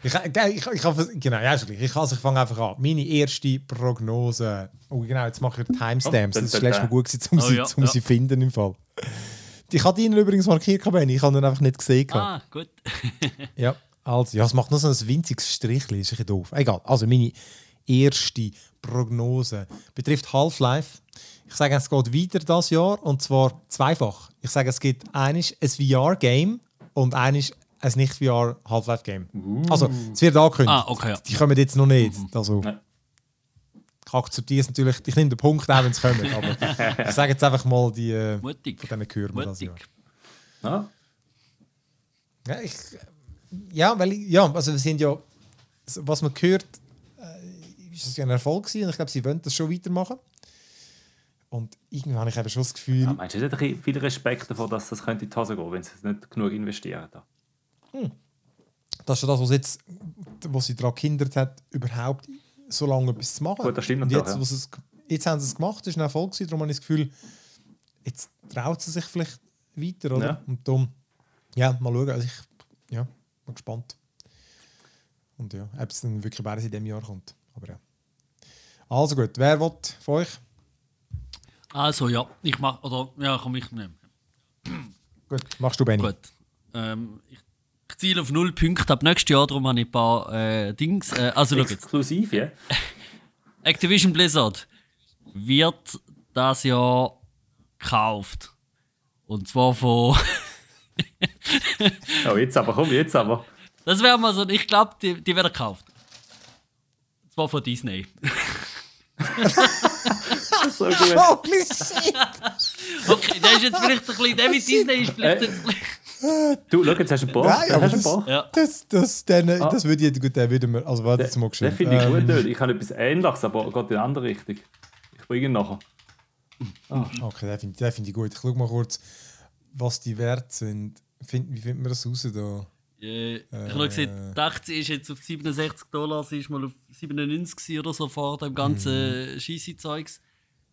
Ich fange einfach an. Meine erste Prognose. Oh, genau, jetzt mache ich Timestamps. Das ist letztes Mal gut gewesen, um sie zu finden im Fall. Ich hatte ihn übrigens markiert, Benni. Ich habe ihn einfach nicht gesehen. Ah, gut. Ja, also, ja, es macht nur so ein winziges Strichchen, ist ein bisschen doof. Egal, also meine erste Prognose betrifft Half-Life. Ich sage, es geht weiter dieses Jahr und zwar zweifach. Ich sage, es gibt eines ein VR-Game und eines ein nicht-VR Half-Life-Game. Also, es wird angekündigt. Ah, okay, ja. Die kommen jetzt noch nicht. Also, Nein. ich akzeptiere es natürlich. Ich nehme den Punkt auch, wenn es kommen. Aber ich sage jetzt einfach mal, die Mutig. von denen hören wir das Jahr. Mutig. Ja. Also wir sind ja, was man hört, ist es ja ein Erfolg gewesen und ich glaube, sie wollen das schon weitermachen. Und irgendwie habe ich eben schon das Gefühl, Ja, meinst du nicht ein bisschen viel Respekt davor, dass das könnte in die Hose gehen, wenn sie nicht genug investieren? Da? das ist ja das, was sie daran gehindert hat, überhaupt so lange etwas zu machen. Gut, das stimmt und natürlich, jetzt, jetzt haben sie es gemacht, das ist ein Erfolg gewesen, darum habe ich das Gefühl, jetzt traut sie sich vielleicht weiter, oder? Ja. Und darum, ja, mal schauen. Also ich bin gespannt. Und ja, ob es dann wirklich beides in diesem Jahr kommt. Aber ja. Also gut, wer will von euch? Also ja, ich mache, oder ja, komm ich nehmen. Gut, machst du, Benni. Gut. Ich ziele auf 0 Punkte ab nächstes Jahr, darum habe ich ein paar Dings. Also schau jetzt. Exklusiv, ja? Activision Blizzard wird das Jahr gekauft. Und zwar von. Oh, jetzt aber. Das wäre mal so, ich glaube, die werden gekauft. Und zwar von Disney. So gut. Holy shit! Okay, der ist jetzt vielleicht ein bisschen. Der mit Disney ist vielleicht jetzt. Du, schau, jetzt hast du einen Bauch. Nein, aber Hast du einen Bauch? Ja. Das würde ich gut, den würden wir. Also, warte jetzt mal geschwind. Den finde ich gut nicht. Ich habe etwas Ähnliches, aber geht in eine andere Richtung. Ich bringe ihn nachher. Okay, den finde ich gut. Ich schaue mal kurz, was die Werte sind. Wie finden wir das raus da? Ich habe gesehen, die Aktie ist jetzt auf $67, sie ist mal auf 97 oder so vor dem ganzen Scheisse-Zeugs.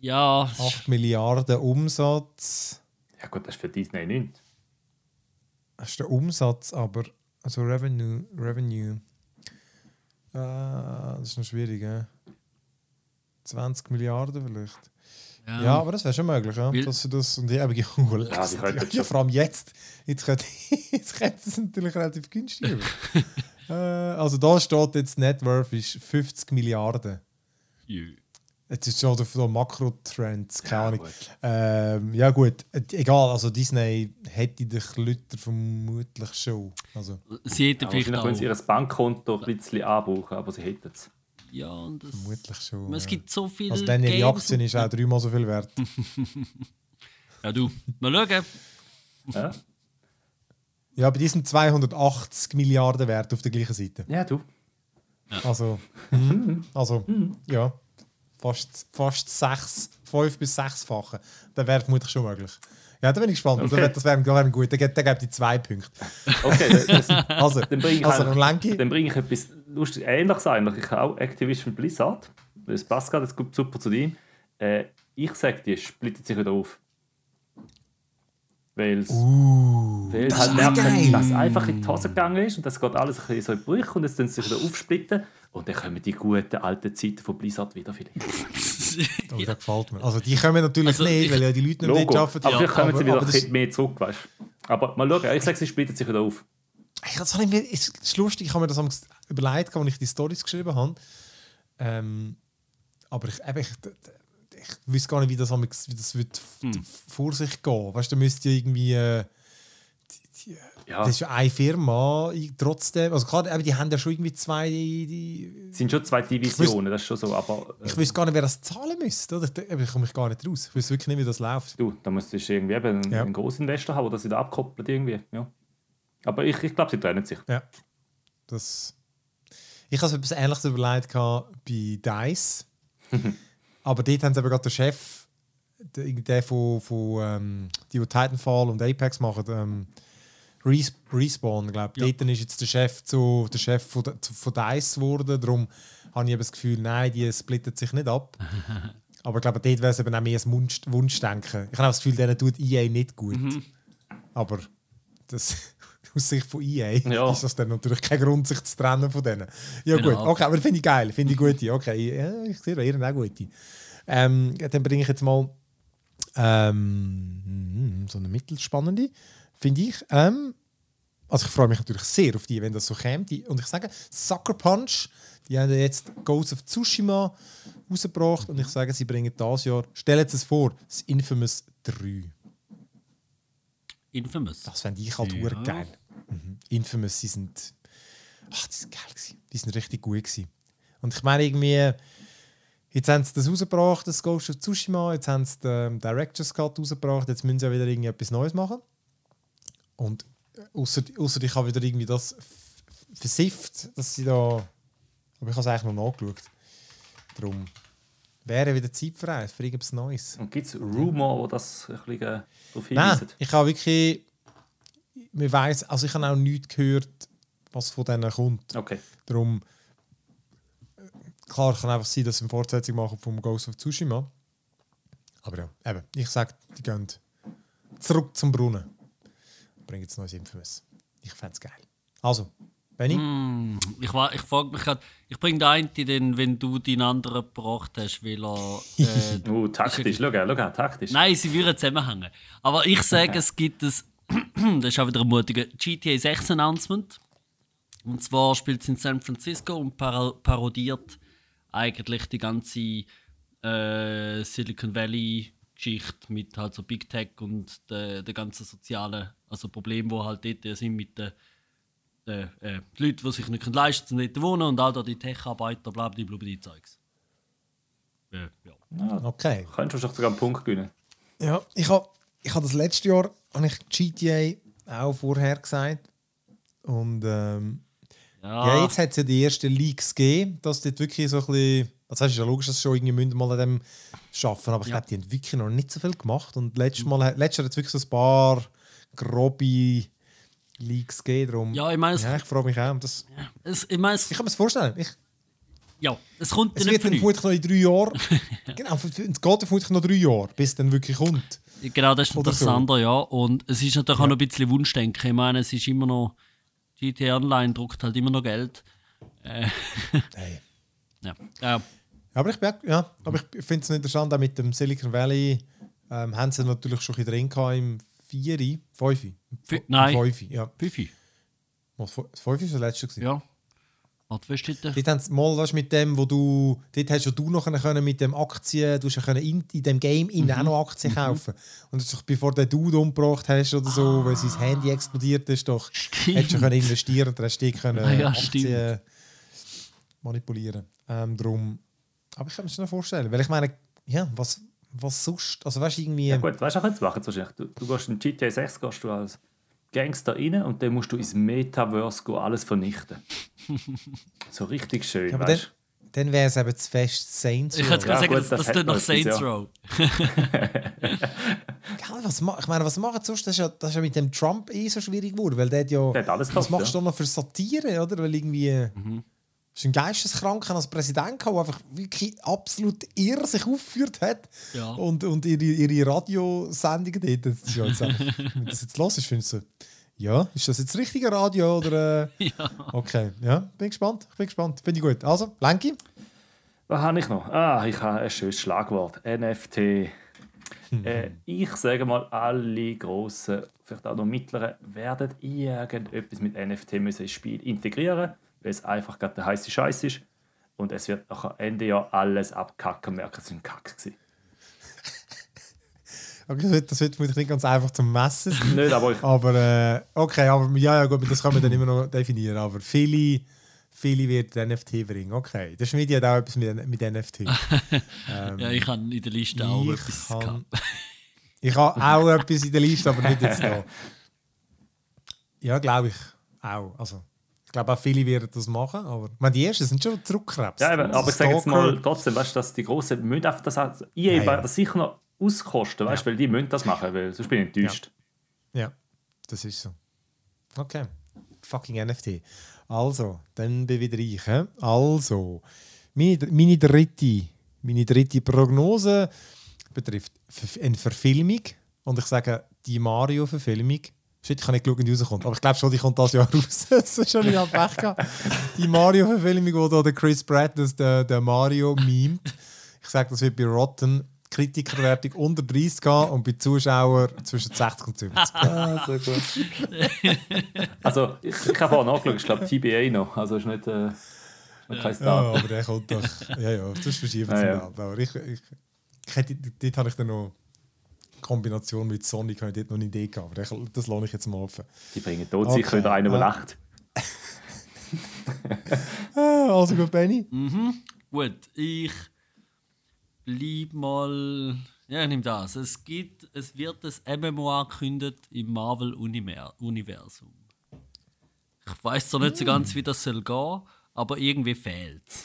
Ja, 8 Milliarden Umsatz. Ja gut, das ist für Disney nichts. Das ist der Umsatz, aber also Revenue. Das ist noch schwierig, ja. 20 Milliarden vielleicht. Ja, aber das wäre schon möglich, ja. Dass sie das und die die könnten schon. vor allem jetzt. Jetzt könnte es natürlich relativ günstig also da steht jetzt Net Worth ist 50 Milliarden. Jetzt ist schon so Makrotrends, keine Ahnung. Ja gut, egal, also Disney hätte die Leute vermutlich schon. Also. Sie hätten vielleicht auch... können sie ihr Bankkonto ein bisschen anbrauchen, aber sie hätten es. Ja, und das... Vermutlich schon. Es gibt so viele also dann ihre Aktien ist auch 3-mal so viel wert. Ja du, mal schauen. Ja, Ja, aber die sind 280 Milliarden wert auf der gleichen Seite. ja du. Also, ja, fast 5 bis 6-fache. Das wäre vermutlich schon möglich. Ja, da bin ich gespannt. Okay. Das wäre gut. Dann gebe ich 2 Punkte. Okay, Also, dann bringe ich, dann bring ich etwas lustig, Ähnliches eigentlich. Ich habe auch Activision Blizzard. Das passt gerade, das kommt super zu dir. Ich sage dir, splittet sich wieder auf. Weil es halt merken, dass es einfach in die Hose gegangen ist und das geht alles ein bisschen so in Brüche und jetzt dann sich wieder aufsplitten und dann kommen die guten alten Zeiten von Blizzard wieder vielleicht. Oh, das gefällt mir. Also die kommen natürlich nicht, weil ja die Leute nicht mitarbeiten. Aber vielleicht kommen sie wieder ein bisschen mehr zurück, weißt du. Aber mal schauen, ich sage, sie splittet sich wieder auf. Das ist lustig, ich habe mir das überlegt, als ich die Storys geschrieben habe. Aber ich weiß gar nicht, wie das wird vor sich gehen. Weißt du, da müsste ja irgendwie. Das ist ja eine Firma, trotzdem. Also klar, die haben ja schon irgendwie zwei. Es sind schon 2 Divisionen, das ist schon so. Aber ich weiß gar nicht, wer das zahlen müsste. Oder? Da komme ich gar nicht raus. Ich weiß wirklich nicht, wie das läuft. Du, da müsstest du irgendwie einen grossen Investor haben, der das wieder abkoppelt irgendwie. Ja. Aber ich glaube, sie trennen sich. Ja. Ich habe etwas Ähnliches überlegt bei DICE. Aber dort haben sie eben gerade den Chef, der von die Titanfall und Apex machen, Respawn, glaube ich. Ja. Dort ist jetzt der Chef von DICE geworden. Darum habe ich eben das Gefühl, nein, die splittet sich nicht ab. Aber ich glaube, dort wäre es eben auch mehr ein Wunschdenken. Ich habe auch das Gefühl, denen tut EA nicht gut. Aber das... Aus Sicht von EA ist das dann natürlich kein Grund, sich zu trennen von denen. Ja gut, okay, aber finde ich geil, finde ich gute. Okay, ja, ich sehe ihr auch gute. Dann bringe ich jetzt mal so eine mittelspannende, finde ich. Also ich freue mich natürlich sehr auf die, wenn das so käme. Und ich sage, Sucker Punch, die haben jetzt Ghost of Tsushima rausgebracht und ich sage, sie bringen das Jahr, stellen Sie es vor, das Infamous 3. Infamous? Das fände ich halt geil. Infamous, die sind geil gewesen. Die sind richtig gut gewesen. Und ich meine irgendwie, jetzt haben sie das rausgebracht, das Ghost of Tsushima, jetzt haben sie den Director's Cut rausgebracht, jetzt müssen sie ja wieder irgendwie etwas Neues machen. Und ausser ich habe wieder irgendwie das versifft, dass sie da... Aber ich habe es eigentlich noch nachgeschaut. Darum wäre wieder Zeit für irgendwas Neues. Und gibt es Rumor, die das ein bisschen darauf hinweisen? Nein, ich habe wirklich... Ich weiss, also ich habe auch nichts gehört, was von denen kommt. Okay. Darum, klar, kann einfach sein, dass sie eine Fortsetzung machen vom Ghost of Tsushima. Aber ja, eben, ich sage, die gehen zurück zum Brunnen. Bringen jetzt neues Infamous. Ich fände es geil. Also, Benni? Ich frage mich gerade, ich bringe den einen, dann, wenn du den anderen gebracht hast, weil er... taktisch, schau taktisch. Nein, sie würden zusammenhängen. Aber ich sage, es gibt das ist auch wieder ein mutiger GTA 6 Announcement. Und zwar spielt es in San Francisco und parodiert eigentlich die ganze Silicon Valley Geschichte mit halt so Big Tech und der ganzen sozialen Probleme, die halt dort sind mit den Leuten, die sich nicht leisten können, dort wohnen und all die Tech-Arbeiter, blablabla, die Zeugs. Ja. Okay. Könntest du doch sogar einen Punkt gewinnen. Ja, ich habe das letzte Jahr habe ich GTA auch vorher gesagt. Und jetzt hat es ja die ersten Leaks gegeben, dass dort wirklich so ein bisschen... Also es ist ja logisch, dass sie schon irgendwie mal an dem arbeiten, aber ich glaube, die haben wirklich noch nicht so viel gemacht. Und letztes Jahr hat es wirklich so ein paar grobe Leaks gegeben. Darum, ja, ich meine... ich frage mich auch. Ich kann mir das vorstellen. Ja, es kommt Es nicht wird dann von vermutlich noch in 3 Jahren. Genau, es geht dann vermutlich noch 3 Jahre, bis es dann wirklich kommt. Genau, das ist Oder das so. andere, ja. Und es ist natürlich auch noch ein bisschen Wunschdenken. Ich meine, es ist immer noch... GTA Online druckt halt immer noch Geld. Hey. Ja. Aber ich finde es interessant, auch mit dem Silicon Valley haben sie natürlich schon ein bisschen drin gehabt im 4, 5. Nein. 5, ja. 5. Das 5 war das letzte gewesen. Ja. Warte, was steht da? Dort haben sie mal, weißt, mit dem, wo du, dort hast ja du noch können mit dem Aktien, du hast ja können in dem Game auch noch Aktien kaufen. Und das ist doch, bevor der Dude umgebracht hast oder so, weil sein Handy explodiert ist, doch hättest du können investieren und dann hast du können Aktien manipulieren. Drum. Aber ich kann mir das schon vorstellen, weil ich meine, ja, was sonst, also weißt du irgendwie... Ja gut, weißt du, was jetzt machen wahrscheinlich? Du gehst in GTA 6 gehst du als Gangster rein und dann musst du ins Metaverse gehen, alles vernichten. So richtig schön, Ja, aber weißt dann wäre es eben zu fest Saints Row. Ich hätte gerade gut, sagen, das das tut nach hat etwas, Saints ja. Row. Ich meine, was machen sie sonst? Das ist ja mit dem Trump so schwierig geworden, weil der hat ja... Der hat alles was gehabt, machst du ja. noch für Satire, oder? Weil irgendwie... ist ein Geisteskranker als Präsident, der einfach wirklich absolut irr sich aufgeführt hat. Ja. Und ihre Radiosendungen dort. Das ist ja jetzt einfach, wenn das jetzt los ist, findest du, ja, ist das jetzt das richtige Radio? Oder, Ja. Okay, ja, bin gespannt. Finde ich gut. Also, Lenki? Was habe ich noch? Ich habe ein schönes Schlagwort. NFT. Ich sage mal, alle grossen, vielleicht auch noch mittleren, werden irgendetwas mit NFT müssen ins Spiel integrieren, weil es einfach gerade der heiße Scheiß ist. Und es wird nach Ende Jahr alles abkacken, merken, es sind Kack gewesen. Okay, das wird nicht ganz einfach zum Messen sein. Nicht, aber ich... Aber, okay, aber ja, gut, das kann man dann immer noch definieren. Aber viele werden NFT bringen. Okay, der Schmiedi hat auch etwas mit NFT. Ja, ich habe in der Liste auch etwas gehabt. Ich habe auch etwas in der Liste, aber nicht jetzt da. Ja, glaube ich auch. Also, ich glaube auch viele werden das machen, aber ich meine, die ersten sind schon zurückgekrebst. Ja, aber ich sage jetzt mal trotzdem, weißt, dass die Großen müssen einfach das das sicher noch auskosten, weißt, weil die müssen das machen, weil sonst bin ich enttäuscht. Ja, das ist so. Okay. Fucking NFT. Also, dann bin wieder ich. He? Also, meine dritte Prognose betrifft eine Verfilmung. Und ich sage, die Mario-Verfilmung. Shit, ich kann nicht schauen, wie die rauskommt. Aber ich glaube schon, die kommt das Jahr raus. Das ist schon nicht am Pech gehabt. Die Mario-Verfilmung, wo da der Chris Pratt der Mario mimt. Ich sage, das wird bei Rotten Kritikerwertung unter 30 gehen und bei Zuschauern zwischen 60 und 70. So gut. Also, ich habe vorhin nachgeschaut, ich glaube TBA noch. Also ist nicht kein Ja, Star. aber der kommt doch. Ja, das verschieben sie Ja. aber dort habe ich dann noch Kombination mit Sonic, habe ich dort noch eine Idee gehabt. Aber das lasse ich jetzt mal offen. Die bringen dort sicher wieder einen, der lacht. Also gut, Benni. Gut, ich bleib mal. Ja, ich nehme das. Es wird ein MMO angekündigt im Marvel-Universum. Ich weiß zwar nicht so ganz, wie das soll gehen, aber irgendwie fehlt es.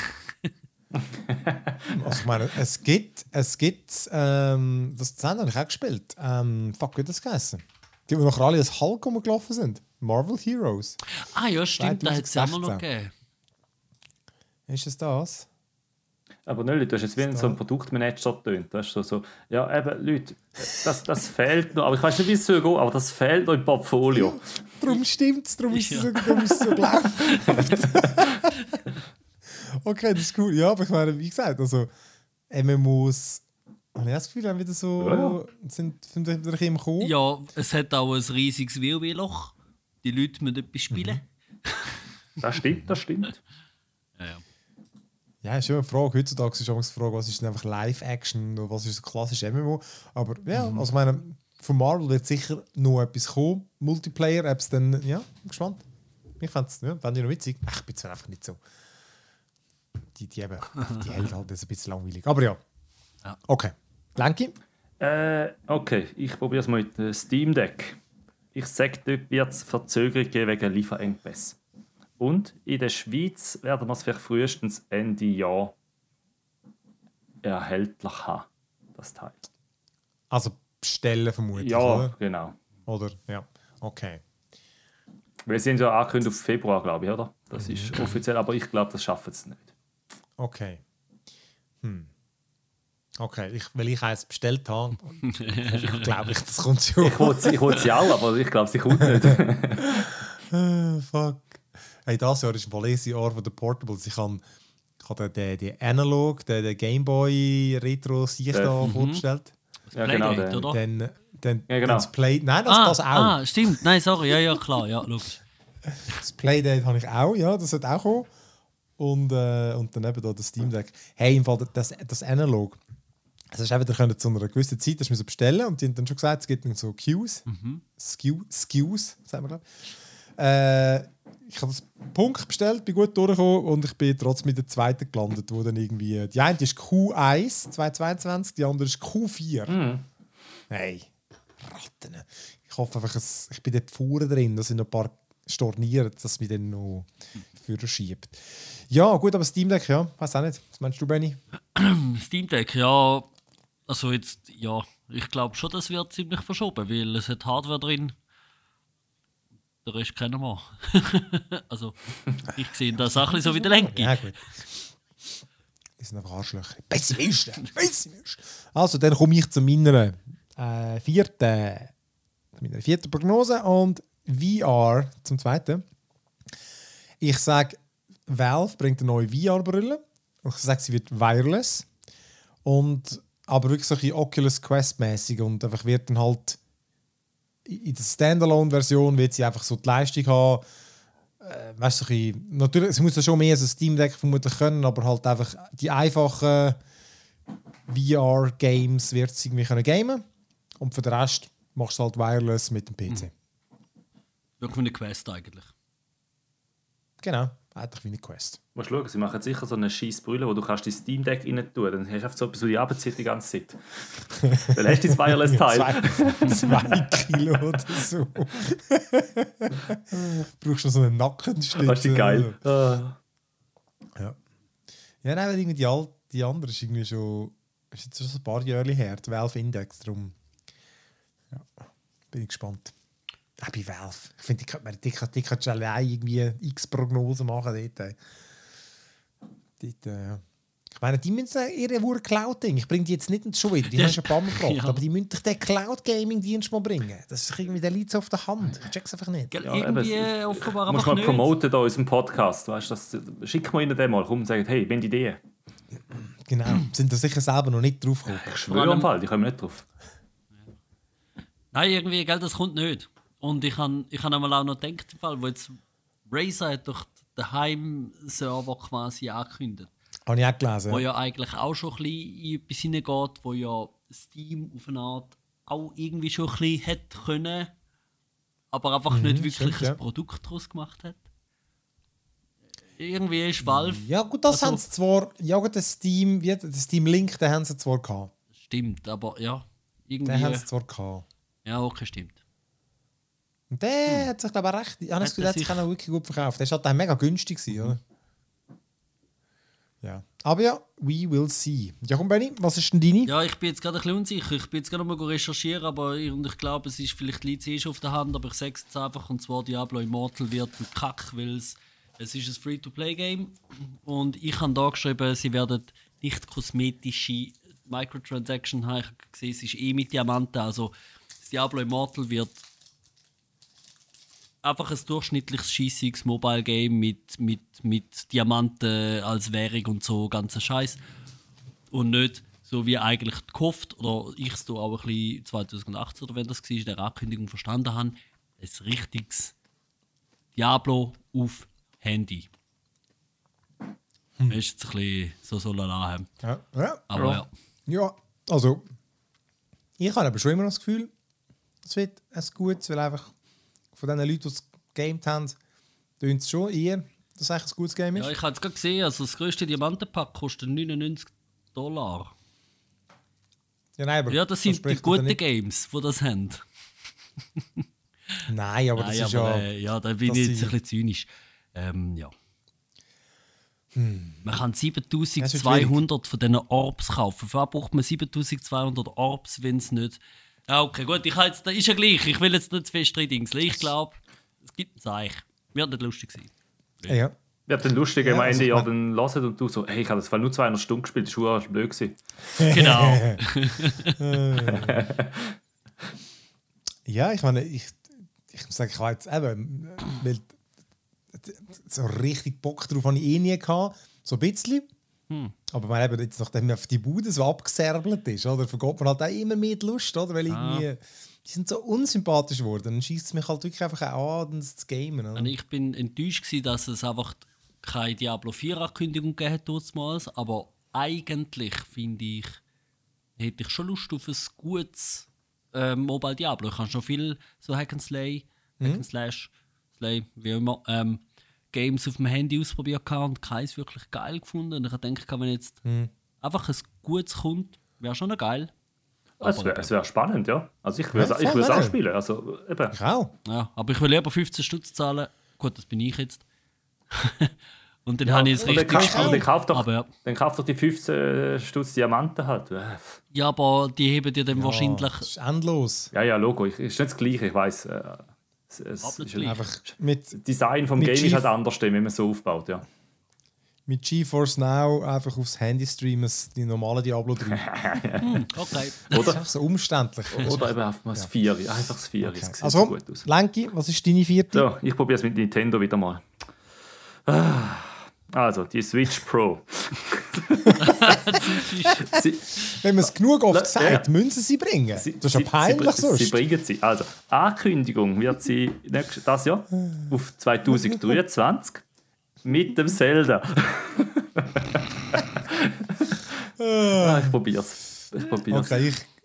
Also ich meine, es gibt das habe ich auch gespielt. Fuck, wie hat das geheißen? Die, die nachher alle als Hulk rumgelaufen sind. Marvel Heroes. Ah ja, stimmt, da hat es auch noch 2016. gegeben. Ist es das? Aber nicht, du hast jetzt wie so ein Produktmanager getönt. Weißt du, so, ja, eben, Leute, das fehlt noch. Aber ich weiß nicht, wie es soll gehen, aber das fehlt noch im Portfolio. Darum stimmt es, darum ist es so glaubhaft. Okay, das ist cool. Ja, aber ich meine, wie gesagt, also MMOs, habe ich das Gefühl, haben wieder so, sind wieder ein bisschen im Kommen. Ja, es hat auch ein riesiges WoW-Loch. Die Leute müssen etwas spielen. Das stimmt. Ja. Ja, ist schon eine Frage. Heutzutage ist auch die Frage, was ist denn einfach Live-Action oder was ist ein klassisches MMO. Aber ja, also ich meine, von Marvel wird sicher noch etwas kommen. Multiplayer, ob es dann, ja, bin gespannt. Ich fände es noch witzig. Ach, ich bin zwar einfach nicht so. Die hält halt das ein bisschen langweilig. Aber ja. Okay. Lenki? Okay, ich probiere es mal mit dem Steam Deck. Ich sage, dort wird es Verzögerung geben wegen Lieferengpässen. Und in der Schweiz werden wir es vielleicht frühestens Ende Jahr erhältlich haben, das Teil. Also bestellen vermutlich, Ja, oder? genau. Oder? Ja. Okay. Weil sie sind ja angekündigt auf Februar, glaube ich, oder? Das ist offiziell, aber ich glaube, das schaffen sie nicht. Okay. Okay, weil ich eins bestellt habe, ich glaube, das kommt schon. Ich wollte sie auch, aber ich glaube, sie kommt nicht. Fuck. Hey, das Jahr ist ein Jahr von den Portables. Ich habe den Analog, den Game Boy Retro sich da vorgestellt. Ja, genau. Playdate, oder? Dann Ja, genau. das Play... Nein, das auch. Ah, stimmt. Nein, sorry. Ja, klar. Ja, logisch. Das Playdate habe ich auch, ja, das hat auch kommen. Und dann eben da das Steam Deck. Hey, im Fall das Analog. Das ist eben, da können zu einer gewissen Zeit das müssen bestellen und die haben dann schon gesagt, es gibt dann so Queues. Skews, sagen wir, glaube ich. Ich habe das Punkt bestellt, bin gut durchgekommen und ich bin trotzdem mit der zweiten gelandet, wo dann irgendwie... Die eine ist Q1 2022, die andere ist Q4. Hey, Ratten. Ich hoffe einfach, ich bin dort vorne drin, da sind noch ein paar storniert, dass es mich dann noch vorher schiebt. Ja, gut, aber Steam Deck, ja, weiß auch nicht. Was meinst du, Benni? Steam Deck, ja. Also jetzt, ja, ich glaube schon, das wird ziemlich verschoben, weil es hat Hardware drin. Der Rest kennen wir. Also, ich sehe das auch ein bisschen so wie der Lenki. Ja, gut. Die sind einfach Arschlöcher. Pessimisten. Also, dann komme ich zu meiner vierten Prognose und VR zum zweiten. Ich sage, Valve bringt eine neue VR-Brille. Ich sage, sie wird wireless. Aber wirklich so ein bisschen Oculus Quest-mäßig und einfach wird dann halt in der Standalone-Version wird sie einfach so die Leistung haben. Weißt du, natürlich, sie muss ja schon mehr als ein Steam Deck vermutlich können, aber halt einfach die einfachen VR-Games wird sie irgendwie können gamen. Und für den Rest machst du halt wireless mit dem PC. Wirklich wie eine Quest eigentlich. Genau, eigentlich wie eine Quest. Du musst schauen, sie machen sicher so eine scheisse Brille, wo du kannst dein Steam Deck rein tun. Dann hast du einfach so etwas, wo die runterzieht die ganze Zeit. Dann hast du dein Wireless-Teil. 2 Kilo oder so. Brauchst du noch so einen Nackenstütze. Das ist geil. Ja. Ja, nein, weil irgendwie die andere ist irgendwie schon... Ist jetzt schon ein paar Jahre her, der Valve Index. Darum ja, bin ich gespannt. Auch bei Valve. Ich finde, die kann schon allein irgendwie X-Prognosen machen dort. Ich meine, die müssen ihre Cloud-Ding. Ich bringe die jetzt nicht in die Schule. Die haben schon ein paar Mal gebraucht. Ja. Aber die müssen doch den Cloud-Gaming-Dienst mal bringen. Das ist irgendwie, der liegt so auf der Hand. Ich check's einfach nicht. Ja, irgendwie offenbar einfach nicht. Muss man nicht. promoten hier in unserem Podcast. Weißt, schick mal ihnen den mal. Komm und sagt, hey, wenn die Idee. Genau. Sind da sicher selber noch nicht drauf gekommen. Ich schwöre am Fall, die kommen nicht drauf. Nein, irgendwie, gell, das kommt nicht. Und ich habe einmal auch noch gedacht, im Fall, wo jetzt Razer hat doch den Heim-Server quasi angekündigt. Habe ich auch gelesen. Wo ja eigentlich auch schon ein bisschen in etwas hineingeht, wo ja Steam auf eine Art auch irgendwie schon ein bisschen hätte können, aber einfach nicht wirklich ein Produkt daraus gemacht hat. Irgendwie ist Valve... Ja gut, das haben sie zwar... Ja gut, das Steam Link, den haben sie zwar gehabt. Stimmt, aber ja, irgendwie... Den haben sie zwar gehabt. Ja, okay, stimmt. Und der hat sich, glaube ich, recht... Ja, das hat sich auch wirklich gut verkauft. Der war halt mega günstig, oder? Ja. Aber ja, we will see. Ja, komm, Benni, was ist denn deine? Ja, ich bin jetzt gerade ein bisschen unsicher. Ich bin jetzt gerade mal recherchieren, aber ich glaube, es ist vielleicht liegt es auf der Hand, aber ich sage es jetzt einfach, und zwar Diablo Immortal wird ein Kack, weil es ist ein Free-to-Play-Game und ich habe da geschrieben, sie werden nicht kosmetische Microtransactions haben. Ich habe gesehen, es ist mit Diamanten, also das Diablo Immortal wird einfach ein durchschnittliches scheissiges Mobile-Game mit Diamanten als Währung und so, ganzer Scheiß. Und nicht so wie eigentlich gehofft, oder ich es da auch ein bisschen 2018, oder wenn das war, in der Ankündigung verstanden habe, ein richtiges Diablo auf Handy. Das ist jetzt ein bisschen so lala. Ja. Aber ja. Ja, also ich habe aber schon immer noch das Gefühl, es wird ein gutes, weil einfach von den Leuten, die es gegamed haben, tönt es schon eher, dass es eigentlich ein gutes Game ist. Ja, ich habe es gerade gesehen, also das grösste Diamantenpack kostet $99. Ja, nein, aber ja, das sind die guten Games, die das haben. Nein, aber das ist ja... ja, da bin ich jetzt ein bisschen zynisch. Ja. Man kann 7200 von diesen Orbs kaufen. Für was braucht man 7200 Orbs, wenn es nicht... Ah, okay, gut, das ist ja gleich. Ich will jetzt nicht zu fest reindingseln. Ich glaube, es gibt ein Zeichen. Wird nicht lustig sein. Ja. Wird dann lustig, Ja, am also Ende ich ja mein- dann hören und du so, hey, ich habe das Fall nur 200 Stunden gespielt, das war blöd gewesen. Genau. Ja, ich meine, ich muss sagen, ich war jetzt eben, weil so richtig Bock drauf habe ich eh nie gehabt, so ein bisschen. Aber man eben jetzt, nachdem man auf die Bude so abgeserbelt ist, oder, vergeht man halt auch immer mehr die Lust, oder? Weil irgendwie, die sind so unsympathisch geworden. Dann schießt es mich halt wirklich einfach auch an, das zu gamen. Oder? Und ich bin enttäuscht gewesen, dass es einfach keine Diablo 4 Ankündigung gegeben hat damals, aber eigentlich finde ich, hätte ich schon Lust auf ein gutes Mobile Diablo. Ich habe schon viel so Hack and Slay, Hack and Slash, Slay, wie immer, Games auf dem Handy ausprobiert und keins wirklich geil gefunden. Und ich denke, wenn jetzt einfach ein gutes kommt, wäre schon noch geil. Es wär spannend, ja. Also ich Ja, würde voll, es auch ja. spielen. Also, eben. Ich auch. Ja, aber ich will lieber 15 Stutz zahlen. Gut, das bin ich jetzt. Und dann habe ich es Und dann, richtig dann, kauf doch, Aber ja. dann kauf doch die 15 Stutz Diamanten halt. Ja, aber die heben dir dann Ja, wahrscheinlich. das ist endlos. Ja, Logo. Ist nicht das Gleiche, ich weiss. Es Absolut ist gleich. Einfach mit das Design vom Mit Game ist Chief- halt anders, wenn man es so aufbaut, ja. mit GeForce Now einfach aufs Handy streamen, die normale Diablo 3. Okay. Das ist Oder? einfach so umständlich. Oder eben einfach mal das Vieri. Einfach das Vieri. Es sieht Also so komm, gut aus. Lenki, was ist deine vierte? So, ich probiere es mit Nintendo wieder mal. Also, die Switch Pro. sie, Wenn man es genug oft Ja. sagt, müssen sie bringen. Das ist ja peinlich sie sonst. bringen sie. Also, Ankündigung wird sie das Jahr auf 2023 mit dem Zelda. Ich probiere es. Okay,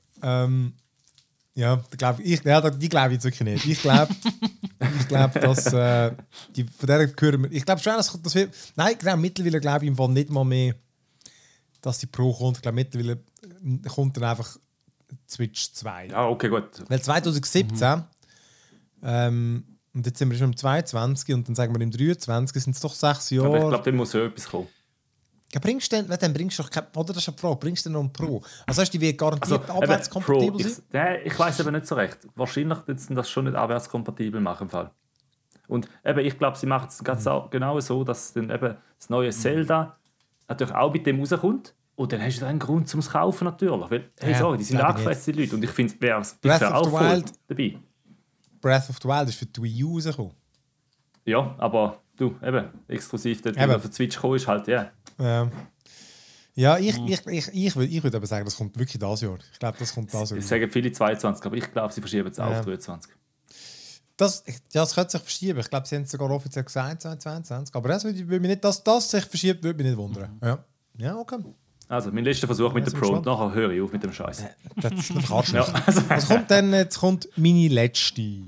die glaube ich jetzt wirklich nicht. Ich glaube, dass die von der hören wir. Ich glaube schon, dass wir. Nein, genau, mittlerweile glaube ich im Fall nicht mal mehr, dass die Pro kommt. Ich glaube, mittlerweile kommt dann einfach Switch 2. Ja, okay, gut. Weil 2017 und jetzt sind wir schon im 22 und dann sagen wir im 23 sind es doch 6 Jahre. Aber ich glaube, dann muss ja etwas kommen. Ja, dann bringst du doch kein, oder das ist eine Frage, bringst du noch eine Pro? Also heißt, die wird garantiert Also, abwärtskompatibel Pro, sein? ich weiß aber nicht so recht. Wahrscheinlich wird das schon nicht abwärtskompatibel machen im Fall. Und eben, ich glaube, sie machen es genau so, dass dann eben das neue Zelda natürlich auch mit dem rauskommt. Und dann hast du dann einen Grund zum Kaufen natürlich. Weil, hey, Ja, sorry, die sind glaub ich angefressen, die Leute. Und ich finde, ich wäre Breath of auch the voll Wild. dabei. Breath of the Wild ist für die Wii U rausgekommen. Ja, aber du, eben, exklusiv dort Eben. auf der Switch gekommen ist halt, ja. Ja, ich würde aber sagen, das kommt wirklich dieses Jahr. Ich glaube, das kommt dieses Jahr. Es sagen viele 22, aber ich glaube, sie verschieben es auch Ja. auf 23. Das könnte sich verschieben. Ich glaube, sie haben es sogar offiziell gesagt, 2022. Aber das würde mich nicht, dass das sich verschiebt, würde mich nicht wundern. Ja, okay. Also, mein letzter Versuch mit der sind Pro wir und nachher höre ich auf mit dem Scheiß. Das kannst du Ja, nicht. also, Was kommt denn? Jetzt kommt meine letzte.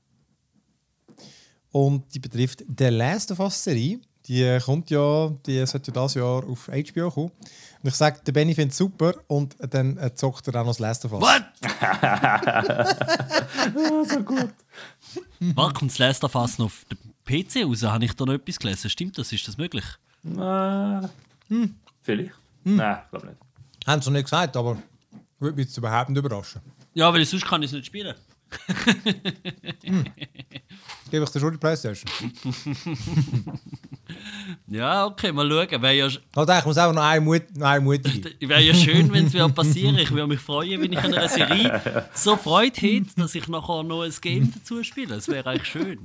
Und die betrifft The Last of Us Serie. Die sollte ja dieses Jahr auf HBO kommen. Und ich sage, der Benny findet es super und dann zockt er auch noch das Last of Us. What? so gut. Wann kommt das Last of Us noch auf den PC raus? Habe ich da noch etwas gelesen? Stimmt das? Ist das möglich? Vielleicht? Nein, ich glaube nicht. Haben sie noch nicht gesagt, aber würde mich jetzt überhaupt nicht überraschen. Ja, weil sonst kann ich es nicht spielen. Gebe ich dir schon die Playstation. Ja, okay, mal schauen. Wäre ja, Ich muss auch noch eine mutige. wär ja schön, wenn es passieren würde. Ich würde mich freuen, wenn ich an einer Serie so Freude hätte, dass ich nachher noch ein Game dazu spiele. Das wäre eigentlich schön.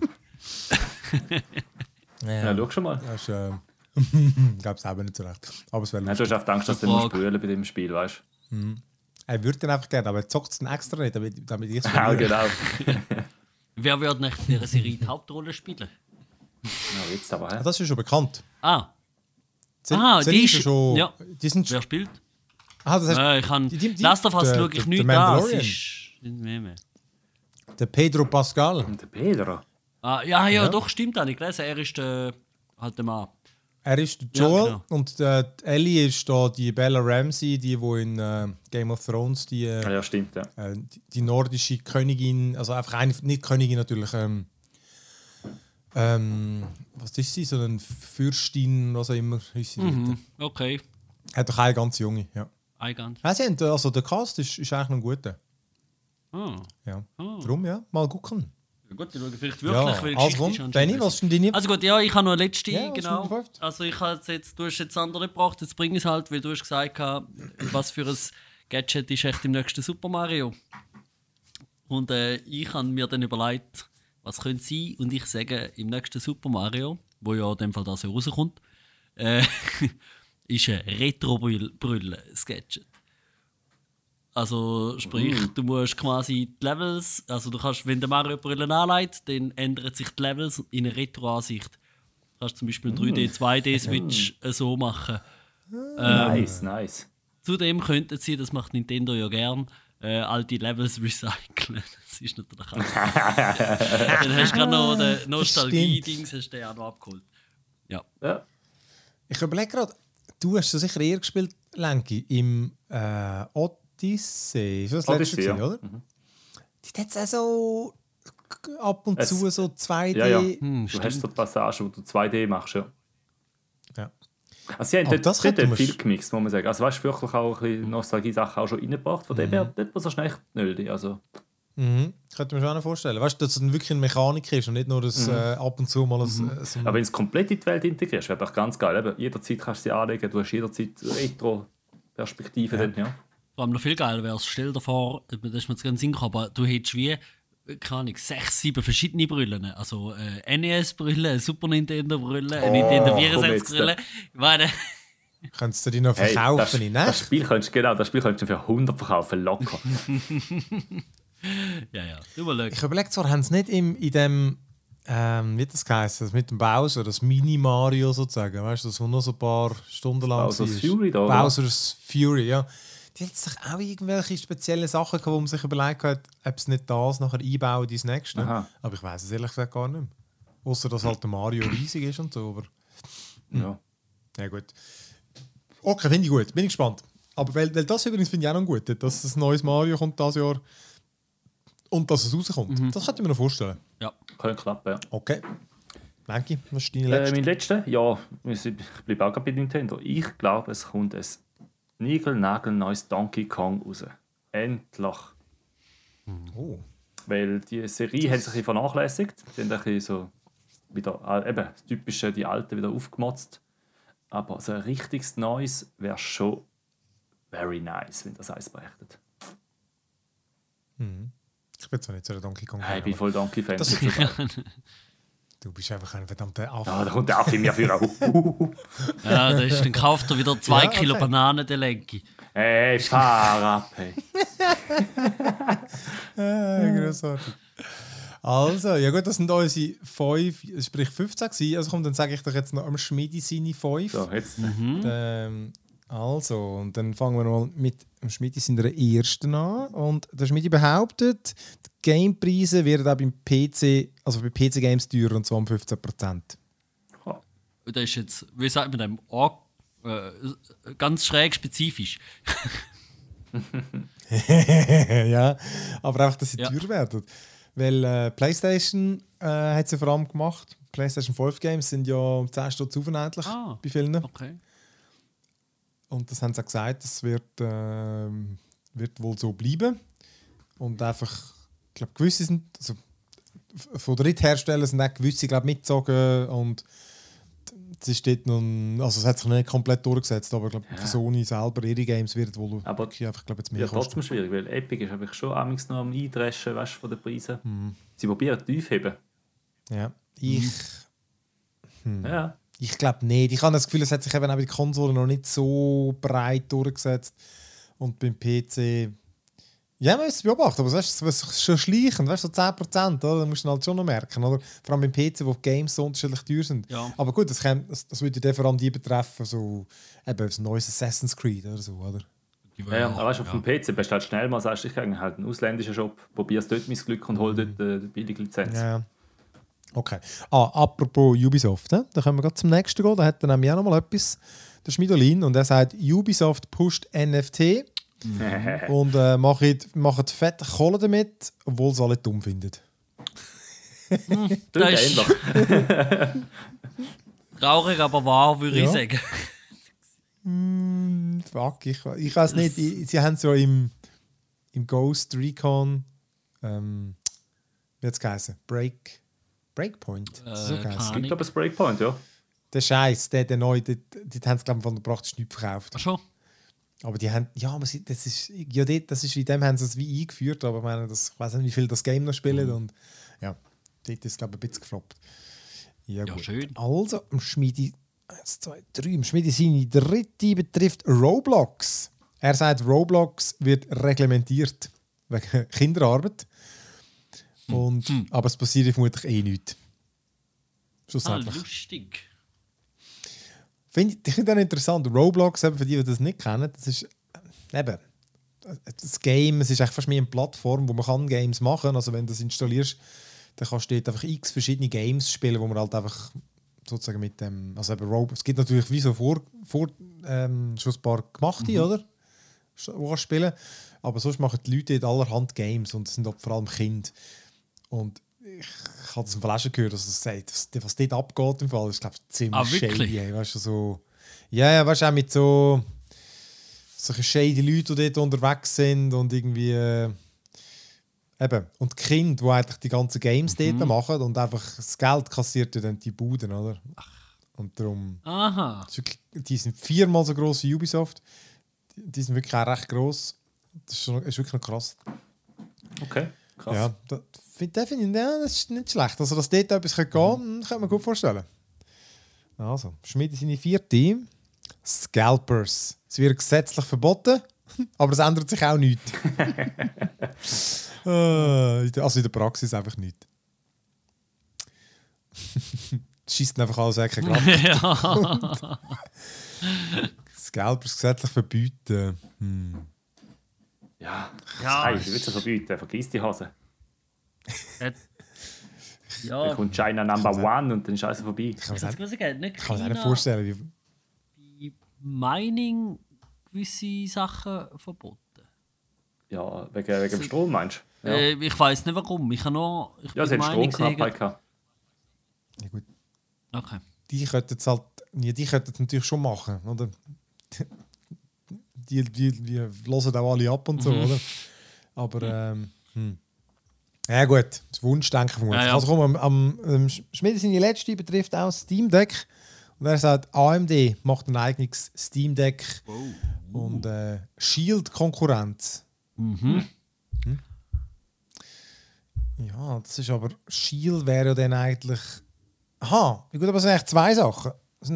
Ja, schau schon mal. Das ist, ich glaube es eben nicht so recht. Aber es wäre Ja, du lustig. hast oft Angst, dass du Frage. musst brüllen bei dem Spiel, weißt Er würde den einfach gerne, aber er zockt es dann extra nicht, damit ich es du? Ja, genau. Wer würde nach dieser Serie die Hauptrolle spielen? Ja, jetzt aber, hä? Das ist schon bekannt. Ah, Die die ist ist- schon. ja. Die sind wer spielt? das heißt, Ich kann die- Last of Us der- schaue ich der nicht an. Mandalorian. Es ist nicht mehr. der Pedro Pascal. Und der Pedro. Ah, ja, doch, stimmt, habe ich gelesen. Er ist halt der Mann. Er ist der Joel genau. und die Ellie ist da die Bella Ramsey, die wo in Game of Thrones Ja, stimmt, ja. die nordische Königin, also einfach eine, nicht Königin natürlich, was ist sie, so eine Fürstin, was auch immer ist sie dort. Okay, Hat doch eine ganz junge, ja. Eigens. Ja, sie haben, also der Cast ist eigentlich noch ein guter. Ah. Ja. Darum, ja, mal gucken. Gut, ich schaue vielleicht wirklich, weil also Geschichte ist komm, Benni, was ist denn deine? Also gut, ja, ich habe noch eine letzte, Ja, was genau. ist deine fünfte? Also ich habe jetzt, du hast jetzt andere gebracht, jetzt bringe ich es halt, weil du hast gesagt, was für ein Gadget ist echt im nächsten Super Mario. Und ich habe mir dann überlegt, was könnte sein, und ich sage, im nächsten Super Mario, wo ja in dem Fall das ja rauskommt, ist eine Retro-Brille das Gadget. Also sprich, du musst quasi die Levels, also du kannst, wenn der Mario Brille anlegt, dann ändern sich die Levels in eine Retro-Ansicht. Du kannst zum Beispiel einen 3D, 2D-Switch so machen. Nice. Zudem könnten sie, das macht Nintendo ja gern, alte Levels recyceln. Das ist natürlich auch. Dann hast du gerade noch den Nostalgie-Dings, hast du den auch noch abgeholt. Ja. Ich überlege gerade, du hast so sicher eher gespielt, Lenki, im Odyssey. Ist das letzte Odyssey, gewesen, oder? Die hat auch so ab und zu so 2D. Ja. Du hast so Passagen, wo du 2D machst, ja. Ja. Also sie haben Aber dort könnte man viel gemixt, muss man sagen. Also weißt du, wirklich auch ein bisschen Nostalgie-Sachen auch schon reingebracht. Von dem her, dort was echt nötig. Also. Könnte man schon vorstellen. Weißt du, dass es dann wirklich eine Mechanik ist und nicht nur das ab und zu mal ein so Aber wenn du es komplett in die Welt integrierst, wäre das ganz geil. Eben, jederzeit kannst du sie anlegen, du hast jederzeit Retro-Perspektive. Ja. Dann, ja. Vor allem noch viel geiler wäre es, stell dir vor, das ist mir jetzt ganz Sinn gekommen, aber du hättest wie, keine Ahnung, 6, 7 verschiedene Brillen. Also NES-Brille, Super Nintendo-Brille, Nintendo 64-Brille. Ich meine, könntest du die noch verkaufen? Das Spiel könntest du für 100 verkaufen, locker. ja, überleg. Ich überlege zwar, haben sie nicht in dem, wie das heisst, das mit dem Bowser, das Mini-Mario sozusagen, weißt du, das wo nur so ein paar Stunden lang Bowser's war. Fury da, oder? Bowser's Fury, ja. Die hat sich auch irgendwelche speziellen Sachen gehabt, wo man sich überlegt hat, ob es nicht das nachher einbauen ins nächste. Aha. Aber ich weiß es ehrlich gesagt gar nicht mehr. Außer dass halt der Mario riesig ist und so. Aber ja gut. Okay, finde ich gut. Bin ich gespannt. Aber weil das übrigens finde ich auch noch gut, dass ein neues Mario kommt dieses Jahr und dass es rauskommt. Das könnte ich mir noch vorstellen. Ja. Könnte klappen, ja. Okay. Lenki, was ist deine letzte? Mein letzter? Ja, ich bleibe auch gerade bei Nintendo. Ich glaube, es kommt ein niegelnagelneues Donkey Kong raus. Endlich. Oh. Weil die Serie hat sich ein bisschen vernachlässigt. Die haben ein bisschen so wieder, eben, das Typische, die Alten wieder aufgemotzt. Aber so ein richtiges Neues wäre schon very nice, wenn das eins berichtet. Ich bin zwar nicht so ein Donkey Kong. Ich bin voll Donkey-Fan. Du bist einfach ein verdammter Affe. Da kommt der Affe in mir für. Ja, dann kauft er wieder 2 Kilo Bananen, der Lenki. Hey, fahr ab, hey. Grossartig. Also, ja gut, das sind unsere 5, sprich 15 gewesen. Also komm, dann sage ich doch jetzt noch am Schmidi seine 5. So, jetzt. Also, und dann fangen wir mal mit dem Schmidi seiner ersten an. Und der Schmidi behauptet, die Gamepreise werden auch beim PC, also bei PC-Games teurer, und zwar um 15%. Und das ist jetzt, wie sagt man dem, ganz schräg spezifisch. Ja, aber einfach, dass sie teurer werden. Weil PlayStation hat sie vor allem gemacht. PlayStation 5 Games sind ja um 10 Stunden unendlich bei vielen. Okay. Und das haben sie auch gesagt, das wird wohl so bleiben. Und einfach, ich glaube, gewisse sind, also von Drittherstellern sind auch gewisse, glaube ich, mitgezogen. Und es steht nun, also es hat sich noch nicht komplett durchgesetzt, aber ich glaube, für Sony selber, ihre Games wird wohl aber wirklich einfach, glaube ich, jetzt mehr ja, kosten. trotzdem schwierig, weil Epic ist einfach schon amigs noch am Eindreschen, weißt, von den Preisen. Sie probieren tief heben. Ja, Ja. Ich glaube nicht. Ich habe das Gefühl, es hat sich eben auch bei den Konsolen noch nicht so breit durchgesetzt. Und beim PC... Ja, man muss es beobachten, aber es ist schon schleichend, weißt du, so 10%, oder? Das musst du halt schon noch merken, oder? Vor allem beim PC, wo die Games so unterschiedlich teuer sind. Ja. Aber gut, das würde ja vor allem die betreffen, so eben ein neues Assassin's Creed oder so, oder? Ja, aber weißt du, auf dem PC bist du halt schnell mal, sagst, ich gehe halt einen ausländischen Shop, probierst dort mein Glück und hol dort die billige Lizenz. Ja. Okay. Apropos Ubisoft, da können wir gerade zum nächsten gehen. Da hat er nämlich auch noch mal etwas, der Schmidolin, und er sagt, Ubisoft pusht NFT und macht fette Kohle damit, obwohl sie alle dumm finden. Das ist ähnlich. Traurig, aber wahr, würde ich Ja. sagen. Fuck, ich weiß nicht. Sie haben so im Ghost Recon, wie Wie hat es geheißen? Breakpoint? So keine geheißen. Ich glaube, ein Breakpoint, ja. Der Scheiß, der neue, die haben es, glaube ich, von der Pracht nicht verkauft. Ach schon? Aber die haben, ja, aber das ist wie dem haben sie es wie eingeführt, aber ich meine, ich weiß nicht, wie viel das Game noch spielen und ja, dort ist es, glaube ich, ein bisschen gefloppt. Ja, Ja, gut. schön. Also, im Schmiedi, 1, 2, 3, im Schmiedi seine dritte betrifft Roblox. Er sagt, Roblox wird reglementiert wegen Kinderarbeit. Und, aber es passiert vermutlich eh nichts. Schlussendlich. Lustig. Ich finde das interessant. Roblox, eben für die das nicht kennen, das ist eben das Game, es ist eigentlich fast mehr eine Plattform, wo man kann Games machen kann. Also wenn du das installierst, dann kannst du dort einfach x verschiedene Games spielen, wo man halt einfach sozusagen mit dem, also eben Roblox, es gibt natürlich wie so schon ein paar gemachte, oder? Wo kannst du spielen. Aber sonst machen die Leute dort allerhand Games und es sind vor allem Kinder. Und ich habe das im Fall auch schon gehört, dass es sagt, was dort abgeht im Fall, ist, glaube ich, ziemlich shady. Ey. Weißt du, so, ja, weißt du, auch mit so solche shady Leute, die dort unterwegs sind und irgendwie eben. Und die Kinder, die eigentlich die ganzen Games dort machen und einfach das Geld kassiert dann die Buden, oder? Und darum... Aha. Die sind 4-mal so gross wie Ubisoft. Die sind wirklich auch recht gross. Das ist wirklich noch krass. Okay, krass. Ja, das finde ich, ja, das ist nicht schlecht. Also, dass dort etwas gehen kann, kann man gut vorstellen. Also, Schmidt seine 4 Team. Scalpers. Es wird gesetzlich verboten, aber es ändert sich auch nichts. Also in der Praxis einfach nichts. Schießt einfach alles weg. Ja. Scalpers gesetzlich verbieten. Ja, Ja. hey, wie willst du das verbieten? Vergiss die Hase. Dann Ja, kommt China Number 1 und dann ist alles vorbei. Ich kann das mir muss ich sagen, nicht das nicht China vorstellen. Wie, Mining gewisse Sachen verboten. Ja, wegen dem Strom, meinst du? Ja, Ich weiß nicht warum. Ich habe nur. Ich ja sie bin haben der Meinung, Stromknappheit gehabt. ja, gut. Okay. Die könnten es halt, ja, die könnten es natürlich schon machen, oder? Die hören auch alle ab und so, oder? Aber, ja gut, das Wunschdenken vermutlich. Ja, ja. Also komm, Schmidt seine letzte betrifft auch Steam Deck. Und er sagt, AMD macht ein eigenes Steam Deck und Shield-Konkurrenz. Ja, das ist aber, Shield wäre ja dann eigentlich... Aha, gut, aber es sind eigentlich 2 Sachen.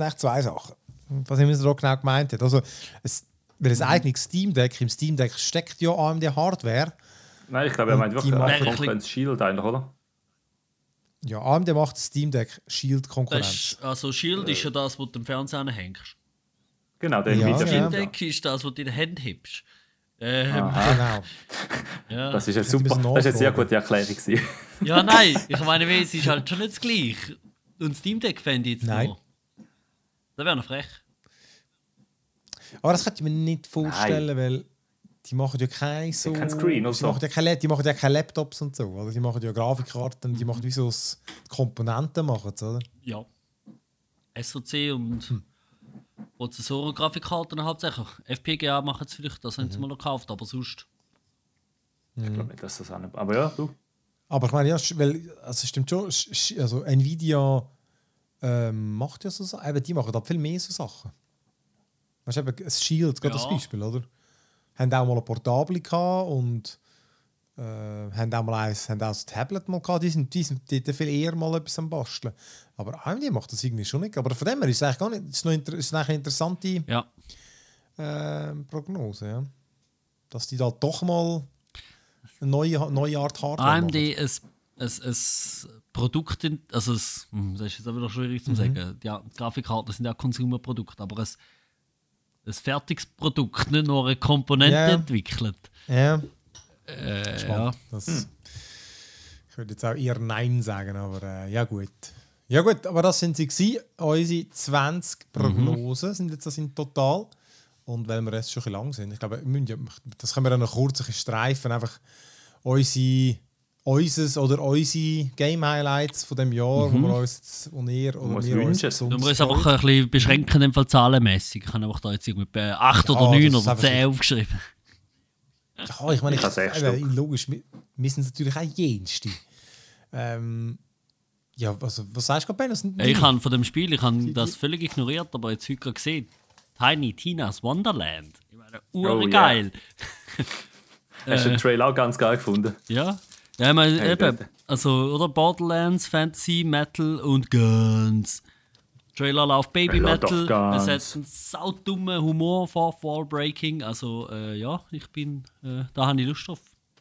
Was ich mir so genau gemeint hat. Also, weil ein eigenes Steam Deck, im Steam Deck steckt ja AMD Hardware. Nein, ich glaube, er meint wirklich die eine machen- Konkurrenz Shield eigentlich, oder? Ja, AMD macht das Steam Deck Das Shield-Konkurrenz. ist, also Shield ist ja das, was du am Fernseher hängst. Genau, der Ja, Nvidia ja. Shield. Steam Deck ist das, was du in der Hand hebst. Genau. Ja. Das ist eine Jetzt ein bisschen super, das ist eine sehr nachfragen. gute Erklärung gewesen. Ja, nein, ich meine, es ist halt schon nicht das Gleiche. Und Steam Deck fände ich jetzt Nein. nur. Das wäre noch frech. Aber das könnte ich mir nicht vorstellen, weil die machen ja keine so... kein Screen oder die so. machen ja keine, die machen ja keine Laptops und so. Oder? Die machen ja Grafikkarten, die machen wie so Komponenten, machen sie, oder? Ja. SoC und Prozessoren und Grafikkarten hauptsächlich. FPGA machen es vielleicht, das haben sie mal noch gekauft, aber sonst. Ich glaube nicht, dass das auch nicht... Aber ja, du. Aber ich meine, ja, weil, also stimmt schon, also Nvidia macht ja so Sachen, eben, die machen da viel mehr so Sachen. Weißt du, eben, ein Shield, gerade Ja. das Beispiel, oder? Haben auch mal ein Portable gehabt und haben auch mal haben auch ein Tablet mal gehabt, die sind dort viel eher mal etwas am Basteln. Aber AMD macht das irgendwie schon nicht. Aber von dem her ist es eigentlich gar nicht, ist eigentlich eine interessante Ja. Prognose, ja. Dass die da doch mal eine neue Art Hardware AMD machen. ein Produkt, also das ist jetzt auch wieder schwierig zu sagen. Ja, die Grafikkarten sind ja Konsumerprodukte, aber ein fertiges Produkt, nicht nur eine Komponente Ja. entwickelt. Ja. Ja. Das, ich würde jetzt auch eher Nein sagen, aber ja gut. Ja gut, aber das sind sie gewesen. Unsere 20 Prognosen sind jetzt das in total. Und weil wir jetzt schon ein bisschen lang sind, ich glaube, das können wir dann noch kurz streifen, einfach unsere Game Highlights von dem Jahr, wo wir uns wo ihr oder Was wir uns wünschen. Wir besonders müssen einfach freuen. ein bisschen beschränken, im Fall zahlenmäßig. Ich habe einfach da jetzt irgendwie 8 oder Ja, 9 das ist oder einfach 10 aufgeschrieben. Ja, ich meine, Ich habe 6 logisch, wir sind natürlich auch jenste. Ja, was sagst du gerade, Ben? Ich habe von dem Spiel, das völlig ignoriert, aber jetzt heute gerade gesehen. Tiny Tina's Wonderland. Ich meine, urgeil. Hast du den Trailer auch ganz geil gefunden? Ja. Ja, ich meine, eben, also, oder Borderlands, Fantasy, Metal und Guns. Trailer läuft Baby Metal. Es hat einen saudummen Humor, Fourth Wall Breaking. Also, ja, da habe ich Lust drauf.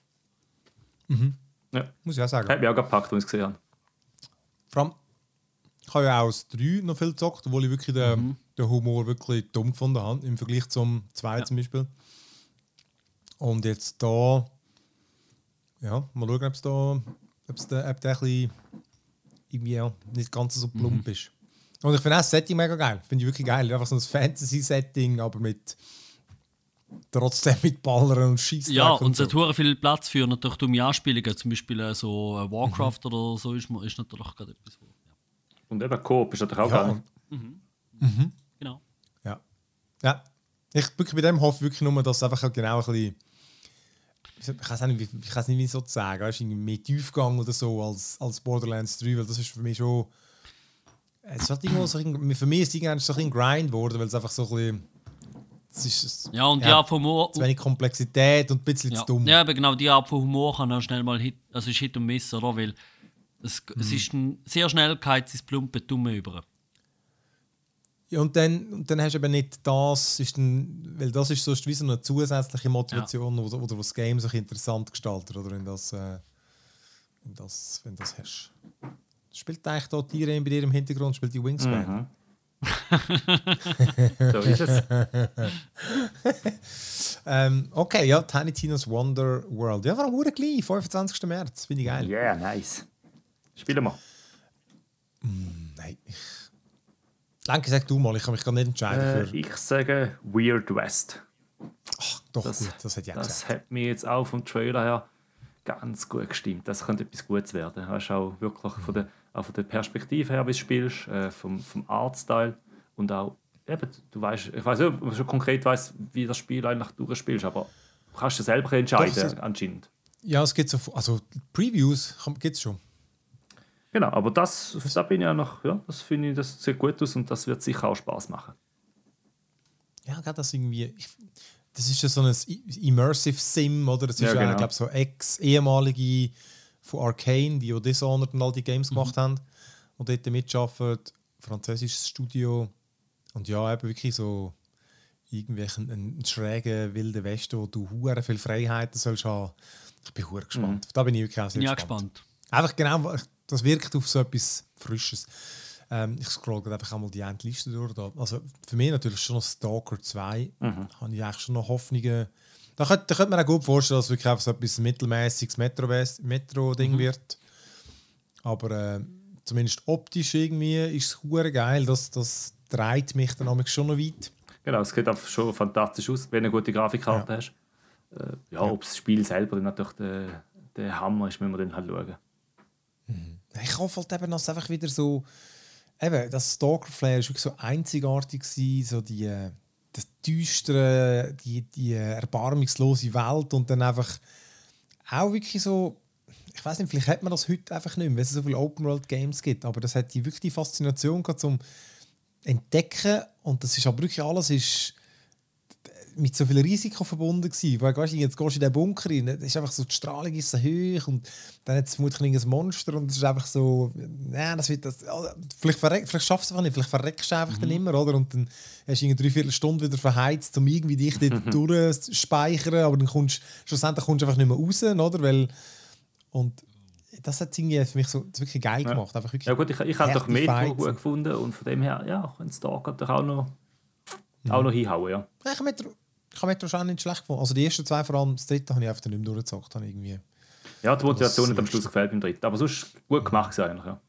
Ja. Muss ich auch sagen. Hat mich auch gepackt, als ich es gesehen habe. Vor allem, ich habe ja auch das 3 noch viel gezockt, obwohl ich wirklich den Humor wirklich dumm gefunden habe, im Vergleich zum 2 zum Beispiel. Und jetzt da, ja, mal schauen, ob der ein bisschen irgendwie nicht ganz so plump ist. Und ich finde auch das Setting mega geil. Finde ich wirklich geil. Einfach so ein Fantasy-Setting, aber trotzdem mit Ballern und Schießen. Ja, und es hat so viel Platz für natürlich dumme Anspielungen. Zum Beispiel so Warcraft oder so ist natürlich gerade etwas. Ja. Und eben Coop ist natürlich auch geil. Genau. Ja. Ich wirklich bei dem hoffe wirklich nur, dass es einfach genau ein bisschen, ich kann es nicht so sagen, weißt, mehr Tiefgang oder so als Borderlands 3, weil das ist für mich schon, es hat irgendwo so, für mich ist es irgendwann so ein Grind geworden, weil es einfach so ein bisschen, ja, und die Art von Humor, zu wenig Komplexität und ein bisschen zu dumm. Ja, aber genau, die Art von Humor kann auch schnell mal ist Hit und Miss, oder? Weil es ist sehr schnell geht es plumpe Dumme über. Ja, und dann hast du eben nicht das, weil das ist sonst wie so eine zusätzliche Motivation, oder das Game sich interessant gestaltet, oder wenn das hast. Spielt eigentlich da Tiere bei dir im Hintergrund, spielt die Wingspan? So ist es. Okay, ja, Tiny Tina's Wonder World. Ja, warum wurde gleich? 25. März, finde ich geil. Yeah, nice. Spielen wir. Nein. Danke, sag du mal, ich kann mich gar nicht entscheiden. Ich sage Weird West. Ach, doch, gut, das hätte ich auch Das gesagt. hat mir jetzt auch vom Trailer her ganz gut gestimmt. Das könnte etwas Gutes werden. Du hast auch wirklich von der Perspektive her, wie du spielst, vom Artstyle und auch, eben, du weißt, ich weiß nicht, ob man schon konkret weiß, wie das Spiel eigentlich durchspielst, aber du kannst es selber entscheiden, anscheinend. Ja, es gibt so, also Previews gibt es schon. Genau, aber da bin ich auch noch, ja, das finde ich, das sieht gut aus und das wird sicher auch Spaß machen. Ja, gerade das irgendwie. Das ist ja so ein Immersive Sim, oder? Das ist ja, genau. glaube so ehemalige von Arcane, die Dishonored und all die Games gemacht haben und dort mitarbeiten. Französisches Studio. Und ja, eben wirklich so ein schräger wilder Westen, wo du hure viel Freiheiten sollst haben. Ich bin hure gespannt. Da bin ich wirklich auch sehr gespannt. Einfach genau, das wirkt auf so etwas Frisches. Ich scroll gerade einfach einmal die Endliste durch. Da. Also für mich natürlich schon noch Stalker 2. Habe ich eigentlich schon noch Hoffnungen. Da könnte man auch gut vorstellen, dass es wirklich einfach so etwas mittelmäßiges Metro-Ding wird. Aber zumindest optisch irgendwie ist es hure geil. Das treibt mich dann schon noch weit. Genau, es sieht auch schon fantastisch aus, wenn du eine gute Grafikkarte hast. Ob das Spiel selber dann natürlich der Hammer ist, müssen wir dann halt schauen. Ich hoffe halt eben, dass es einfach wieder so. Eben, das Stalker-Flair war wirklich so einzigartig gewesen, so das düstere, die erbarmungslose Welt und dann einfach auch wirklich so. Ich weiß nicht, vielleicht hat man das heute einfach nicht mehr, weil es so viele Open-World-Games gibt, aber das hat wirklich die Faszination gehabt zum Entdecken und das ist aber wirklich alles ist mit so viel Risiko verbunden gewesen. Weil, weißt du, jetzt gehst du in den Bunker rein, ist einfach so, die Strahlung ist so hoch und dann hat es vermutlich ein Monster und es ist einfach so, vielleicht schaffst du es einfach nicht, vielleicht verreckst du einfach dann immer, oder? Und dann hast du 3/4 Stunde wieder verheizt, um irgendwie dich dort durchzuspeichern, aber dann schlussendlich kommst du einfach nicht mehr raus, oder? Und das hat irgendwie für mich so wirklich geil gemacht. Einfach wirklich gut, ich habe doch Metro gut gefunden und von dem her, ja, ein Stalker doch auch noch hinhauen, ja. Ich habe Metro schon nicht schlecht gefunden. Also die ersten 2, vor allem das dritte, habe ich einfach nicht mehr durchgezockt. Irgendwie. Ja, die Motivation hat am Schluss gefällt beim dritten. Aber sonst gut gemacht eigentlich, ja.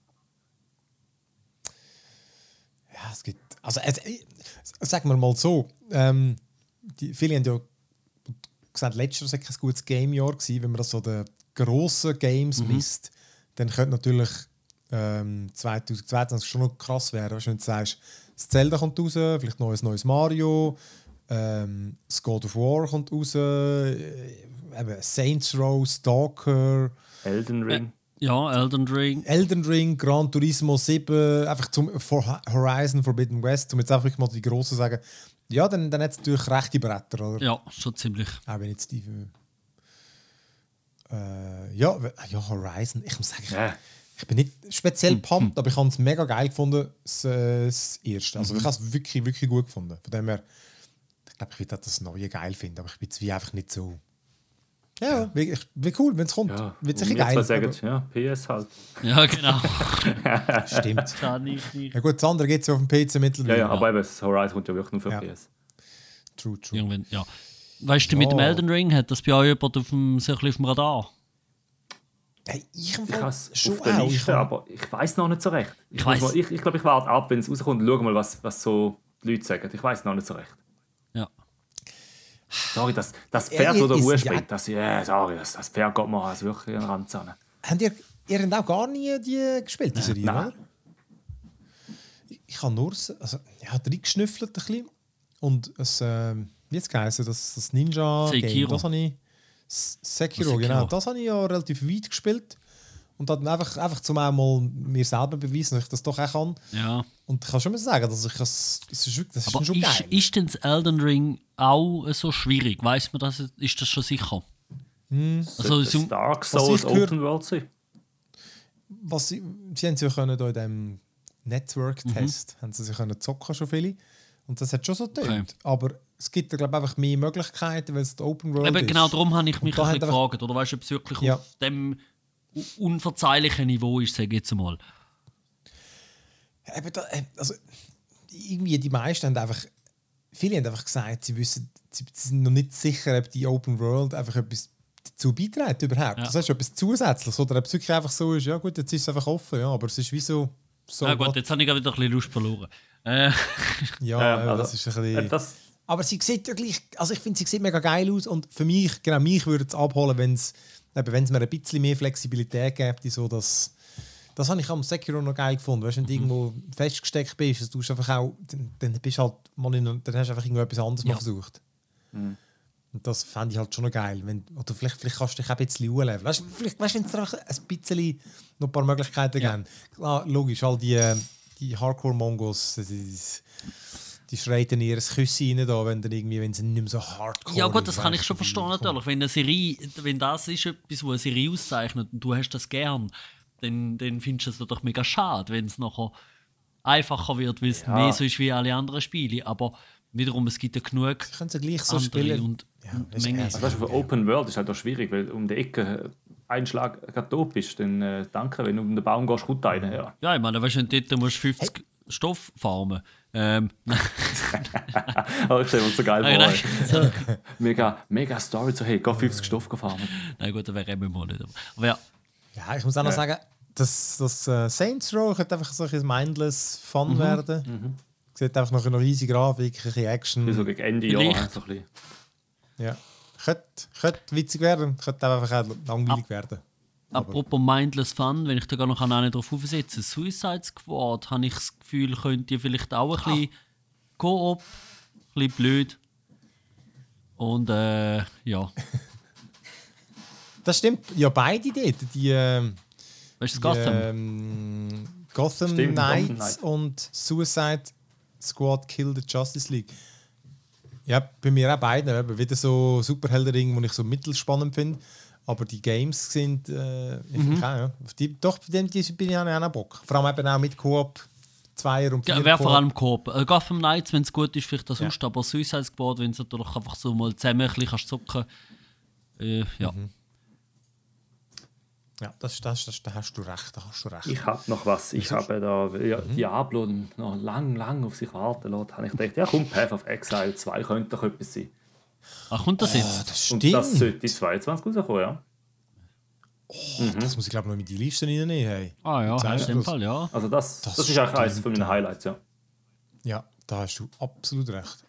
Ja, es gibt... Also, sagen wir mal so, viele haben ja gesagt, letztes Jahr war ein gutes Game-Jahr gewesen, wenn man das so den grossen Games misst, dann könnte natürlich 2022 schon noch krass werden. Wenn du sagst, das Zelda kommt raus, vielleicht noch ein neues Mario, das God of War kommt raus, Saints Row, Stalker, Elden Ring. Ja, Elden Ring. Gran Turismo 7, einfach zum Horizon Forbidden West, um jetzt einfach mal die Grossen zu sagen. Ja, dann hat es natürlich rechte Bretter, oder? Ja, schon ziemlich. Auch wenn jetzt die... ja, Horizon, ich muss sagen, ich bin nicht speziell pumped, aber ich habe es mega geil gefunden, das erste. Also ich habe es wirklich, wirklich gut gefunden. Von dem her, ich glaube, ich würde das Neue geil finden, aber ich bin jetzt wie einfach nicht so... Ja, wie cool, wenn es kommt. Ja, wird sicher geil. Sagen, ja, PS halt. Ja, genau. Stimmt. Kann ich nicht. Ja gut, das andere geht es auf dem PC mittlerweile. Ja, aber eben, das Horizon kommt ja wirklich nur für PS. True. Irgendwann, ja. Weißt du, mit dem Elden Ring, hat das bei euch jemand auf dem Radar? Hey, ich habe es schon auf der auch. Liste, aber ich weiß noch nicht so recht. Ich glaube, ich warte ab, wenn es rauskommt und schau mal, was so die Leute sagen. Ich weiß noch nicht so recht. Ja. Sorry, das Pferd, das Ruhe spielt, das Pferd geht mir also wirklich in den Rand zusammen. Habt ihr habt auch gar nie die gespielt, die Serie, Nein. oder? Ich habe nur reingeschnüffelt ein bisschen. Und es, wie jetzt geheißen, das Ninja-Game, das habe ich... Sekiro, genau. Das habe ich ja relativ weit gespielt. Und dann einfach zum einmal mir selber beweisen, dass ich das doch auch kann. Ja. Und ich kann schon mal sagen, dass das ist aber schon geil. Ist denn das Elden Ring auch so schwierig? Weiss man das? Ist das schon sicher? Also das Dark Souls Open World sein? Sie haben sich ja in diesem Network-Test haben sie sich zocken schon viele. Und das hat schon so getönt. Okay. Aber es gibt ja, glaube ich, einfach mehr Möglichkeiten, weil es die Open World ist. Genau darum habe ich mich ein bisschen gefragt. Oder weißt du, ob es wirklich auf dem unverzeihlichen Niveau ist, sage ich jetzt mal. Also, irgendwie die meisten haben einfach... Viele haben einfach gesagt, sie sind noch nicht sicher, ob die Open World einfach etwas dazu beiträgt überhaupt. Ja. Das heißt, etwas Zusätzliches. Oder ob es wirklich einfach so ist, ja gut, jetzt ist es einfach offen. Ja, aber es ist wie so ja gut, jetzt habe ich wieder ein bisschen Lust verloren. Das ist ein bisschen... Aber sie sieht ja gleich... Also ich finde, sie sieht mega geil aus. Und für mich würde es abholen, wenn es mir ein bisschen mehr Flexibilität gäbe, so dass... Das habe ich am Sekiro noch geil gefunden. Weißt, wenn du irgendwo festgesteckt bist, dass du einfach auch, dann bist halt mal dann hast du einfach irgendetwas anderes mal versucht. Und das fände ich halt schon noch geil. Oder vielleicht kannst du dich auch ein bisschen leveln. Weißt, wenn es einfach ein bisschen noch ein paar Möglichkeiten geben. Klar, logisch, all die Hardcore-Mongos, die schreien ihr Küsse rein, da, wenn sie nicht mehr so hardcore ja gut, das kann ich schon verstehen natürlich. Wenn das ist etwas, was eine Serie auszeichnet und du hast das gern, dann findest du es doch mega schade, wenn es nachher einfacher wird, weil es mehr so ist wie alle anderen Spiele. Aber wiederum, es gibt ja genug können sie gleich so spielen. Und Menge. Also für Open World ist halt auch schwierig, weil um die Ecke ein Schlag tot bist, dann danke, wenn du um den Baum gehst, gut rein. Ja, ich meine, weißt du, dort musst du 50 Stoff farmen. Aber ich stelle mir so geil vor. Mega Story zu hey, geh 50 Stoff farmen. Na gut, das wäre eben mal nicht. Aber ja. Ja, ich muss auch noch sagen, dass Saints Row könnte einfach so ein mindless Fun werden. Sieht einfach noch eine riesige Grafik, ein bisschen Action. So gegen Ende Jahr so ein bisschen. Ja. Könnte witzig werden, könnte einfach auch langweilig werden. Apropos mindless Fun, wenn ich da gar noch eine drauf aufsetze, Suicide Squad, habe ich das Gefühl, könnt ihr vielleicht auch ein bisschen Koop, ein bisschen blöd. Und ja. Das stimmt, ja, beide dort. Weißt du, Gotham Knights und Suicide Squad Kill the Justice League. Ja, bei mir auch beide. Wieder so Superhelden-Ring, die ich so mittelspannend finde. Aber die Games sind, bei dem bin ich auch Bock. Vor allem eben auch mit Koop, 2er und 4. Ja, wäre vor allem Koop. Gotham Knights, wenn es gut ist, vielleicht das sonst, aber Suicide Squad, wenn es natürlich einfach so mal zusammen ein bisschen zocken kannst. Ja, da hast du recht. Ich habe noch was. Ich habe da Diablo noch lang auf sich warten lassen. Habe ich gedacht, ja komm, Path of Exile 2 könnte doch etwas sein. Ach, kommt das jetzt? Das und das sollte 22 rauskommen, ja. Das muss ich glaube ich noch mit die Liste reinnehmen. Hey. Ah ja, in dem Fall, ja. Also das ist auch eines von meinen Highlights, ja. Ja, da hast du absolut recht.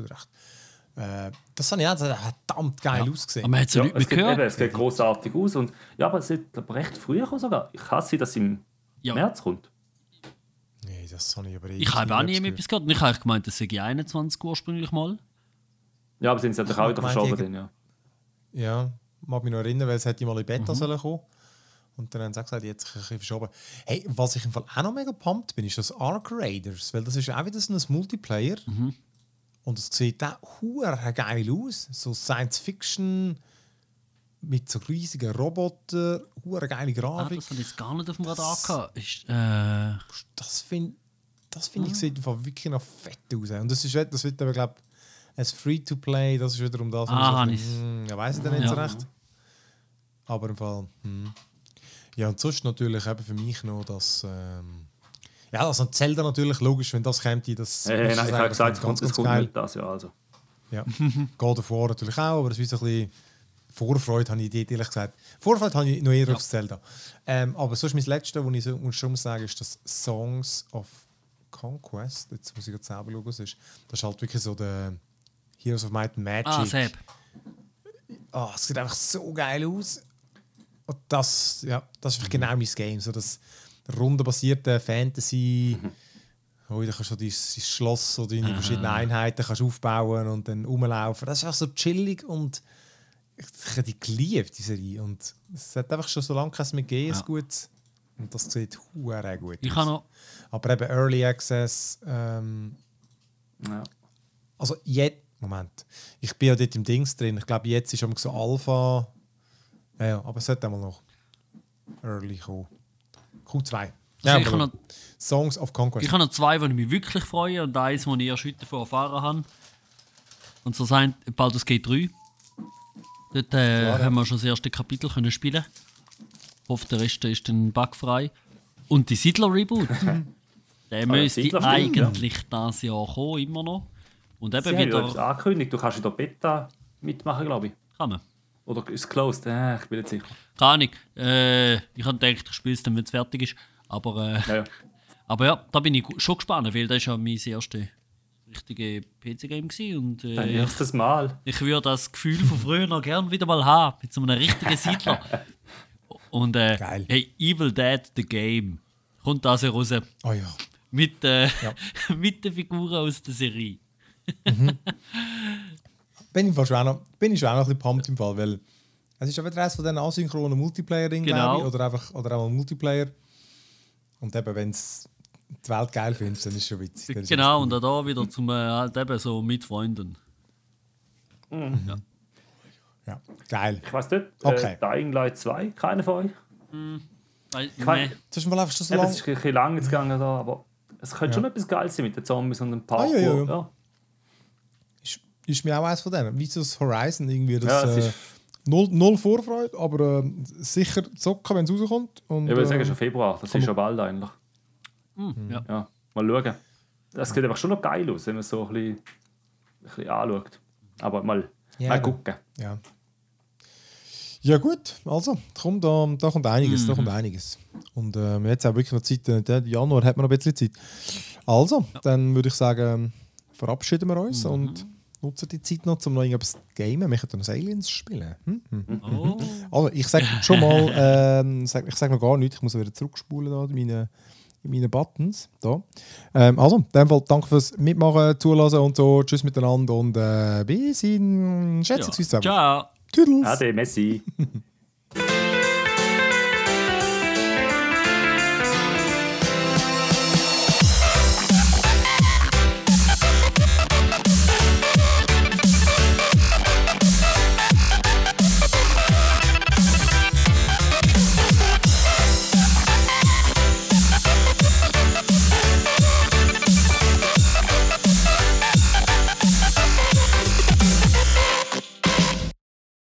Das hat verdammt geil ausgesehen. Aber man hat es gehört. Es sieht großartig aus. Und, ja, aber es sieht recht früh sogar. Ich hasse, dass es im März kommt. Nee, das habe ich aber Ich habe auch nie etwas gehört. Und ich habe gemeint, das sei 21 ursprünglich mal. Ja, aber sind sie natürlich auch wieder verschoben. Ja, mag mich noch erinnern, weil es hätte mal in Beta sollen kommen. Und dann haben sie auch gesagt, jetzt ein bisschen verschoben. Hey, was ich im Fall auch noch mega pumped bin, ist das Ark Raiders, weil das ist auch wieder so ein Multiplayer. Und es sieht auch hure geil aus. So Science Fiction mit so riesigen Robotern, hure geile Grafik. Das habe ich jetzt gar nicht auf dem Radar gehabt. Das finde ich sieht im Fall wirklich noch fett aus. Und das wird aber, glaube ich, als Free-to-Play, das ist wiederum das, ich weiss ich dann nicht so recht. Aber im Fall, Ja, und sonst natürlich eben für mich noch das, ja, also Zelda natürlich, logisch, wenn das kommt, das nein, ich habe gesagt, es kommt geil. nicht das, ja, also. Ja, God of War natürlich auch, aber das ist so ein bisschen Vorfreude habe ich dort ehrlich gesagt. Vorfreude habe ich noch eher auf Zelda. Aber sonst mein Letztes, was ich schon sagen muss, ist das Songs of Conquest. Jetzt muss ich gerade selber schauen, was es ist. Das ist halt wirklich so der Heroes of Might and Magic. Seb. Es sieht einfach so geil aus. Und das ist genau mein Game. So das rundenbasierte Fantasy. Da kannst du so dein Schloss oder deine verschiedenen Einheiten kannst aufbauen und dann rumlaufen. Das ist einfach so chillig und ich habe die geliebt, die Serie. Und es hat einfach schon so lange kein mehr gegeben, gut. Und das sieht sehr gut aus. Aber eben Early Access. Also jetzt, Moment. Ich bin ja dort im Dings drin. Ich glaube, jetzt ist so Alpha. Ja, aber es sollte einmal noch Early kommen. Q2. Ja, Also noch, Songs of Conquest. Ich habe noch 2, die ich mich wirklich freue und eins, das ich erst heute davon erfahren habe. Und so sein Baldur's Gate 3. Dort haben wir schon das erste Kapitel können spielen. Ich hoffe, der Rest ist dann bugfrei. Und die Siedler-Reboot. Der müsste eigentlich dieses Jahr kommen, immer noch. Und eben wieder. Das angekündigt. Du kannst in der Beta mitmachen, glaube ich. Kann man. Oder ist es closed? Ich bin nicht sicher. Keine Ahnung. Ich habe gedacht, ich spiele es dann, wenn es fertig ist. Aber ja, da bin ich schon gespannt, weil das ist ja mein erstes richtige PC-Game gewesen. Und dein erstes Mal. Ich würde das Gefühl von früher noch gerne wieder mal haben, mit so einem richtigen Siedler. Und geil. Hey, Evil Dead the Game kommt das ja raus. Oh ja. Mit, mit den Figuren aus der Serie. Bin ich schon auch noch ein bisschen pumped im Fall, weil es ist ja wieder eines von diesen asynchronen Multiplayer-Dingen, glaube ich, oder auch mal Multiplayer. Und eben, wenn es die Welt geil findest, dann ist es schon witzig. Genau, und auch da wieder zum halt eben so mit Freunden. Ja, geil. Ich weiß nicht, Okay. Dying Light 2, keiner von euch? Nee. Das ist mal einfach schon so Es lang. ist ein bisschen lang jetzt gegangen, da, aber es könnte schon etwas Geiles sein mit den Zombies und ein paar. Ja. Ist mir auch eins von denen. Wie so das Horizon irgendwie. Das, es ist null Vorfreude, aber sicher zocken, wenn es rauskommt. Und, ich würde sagen, schon Februar. Das ist schon bald eigentlich. Ja. Mal schauen. Das sieht einfach schon noch geil aus, wenn man es so ein bisschen anschaut. Aber mal gucken. Ja gut, also da kommt einiges. Und jetzt auch wirklich noch Zeit. Januar hat man noch ein bisschen Zeit. Also, dann würde ich sagen, verabschieden wir uns und nutzen die Zeit noch, um noch irgendwas zu gamen. Wir können noch Aliens spielen. Oh. Also, ich sage schon mal, ich sage noch gar nichts. Ich muss wieder zurückspulen da in meine Buttons. Da. Also, in dem Fall danke fürs Mitmachen, Zulassen und so. Tschüss miteinander und bis in Schätzungsweise. Ciao. Tschüss. Ade, Messi.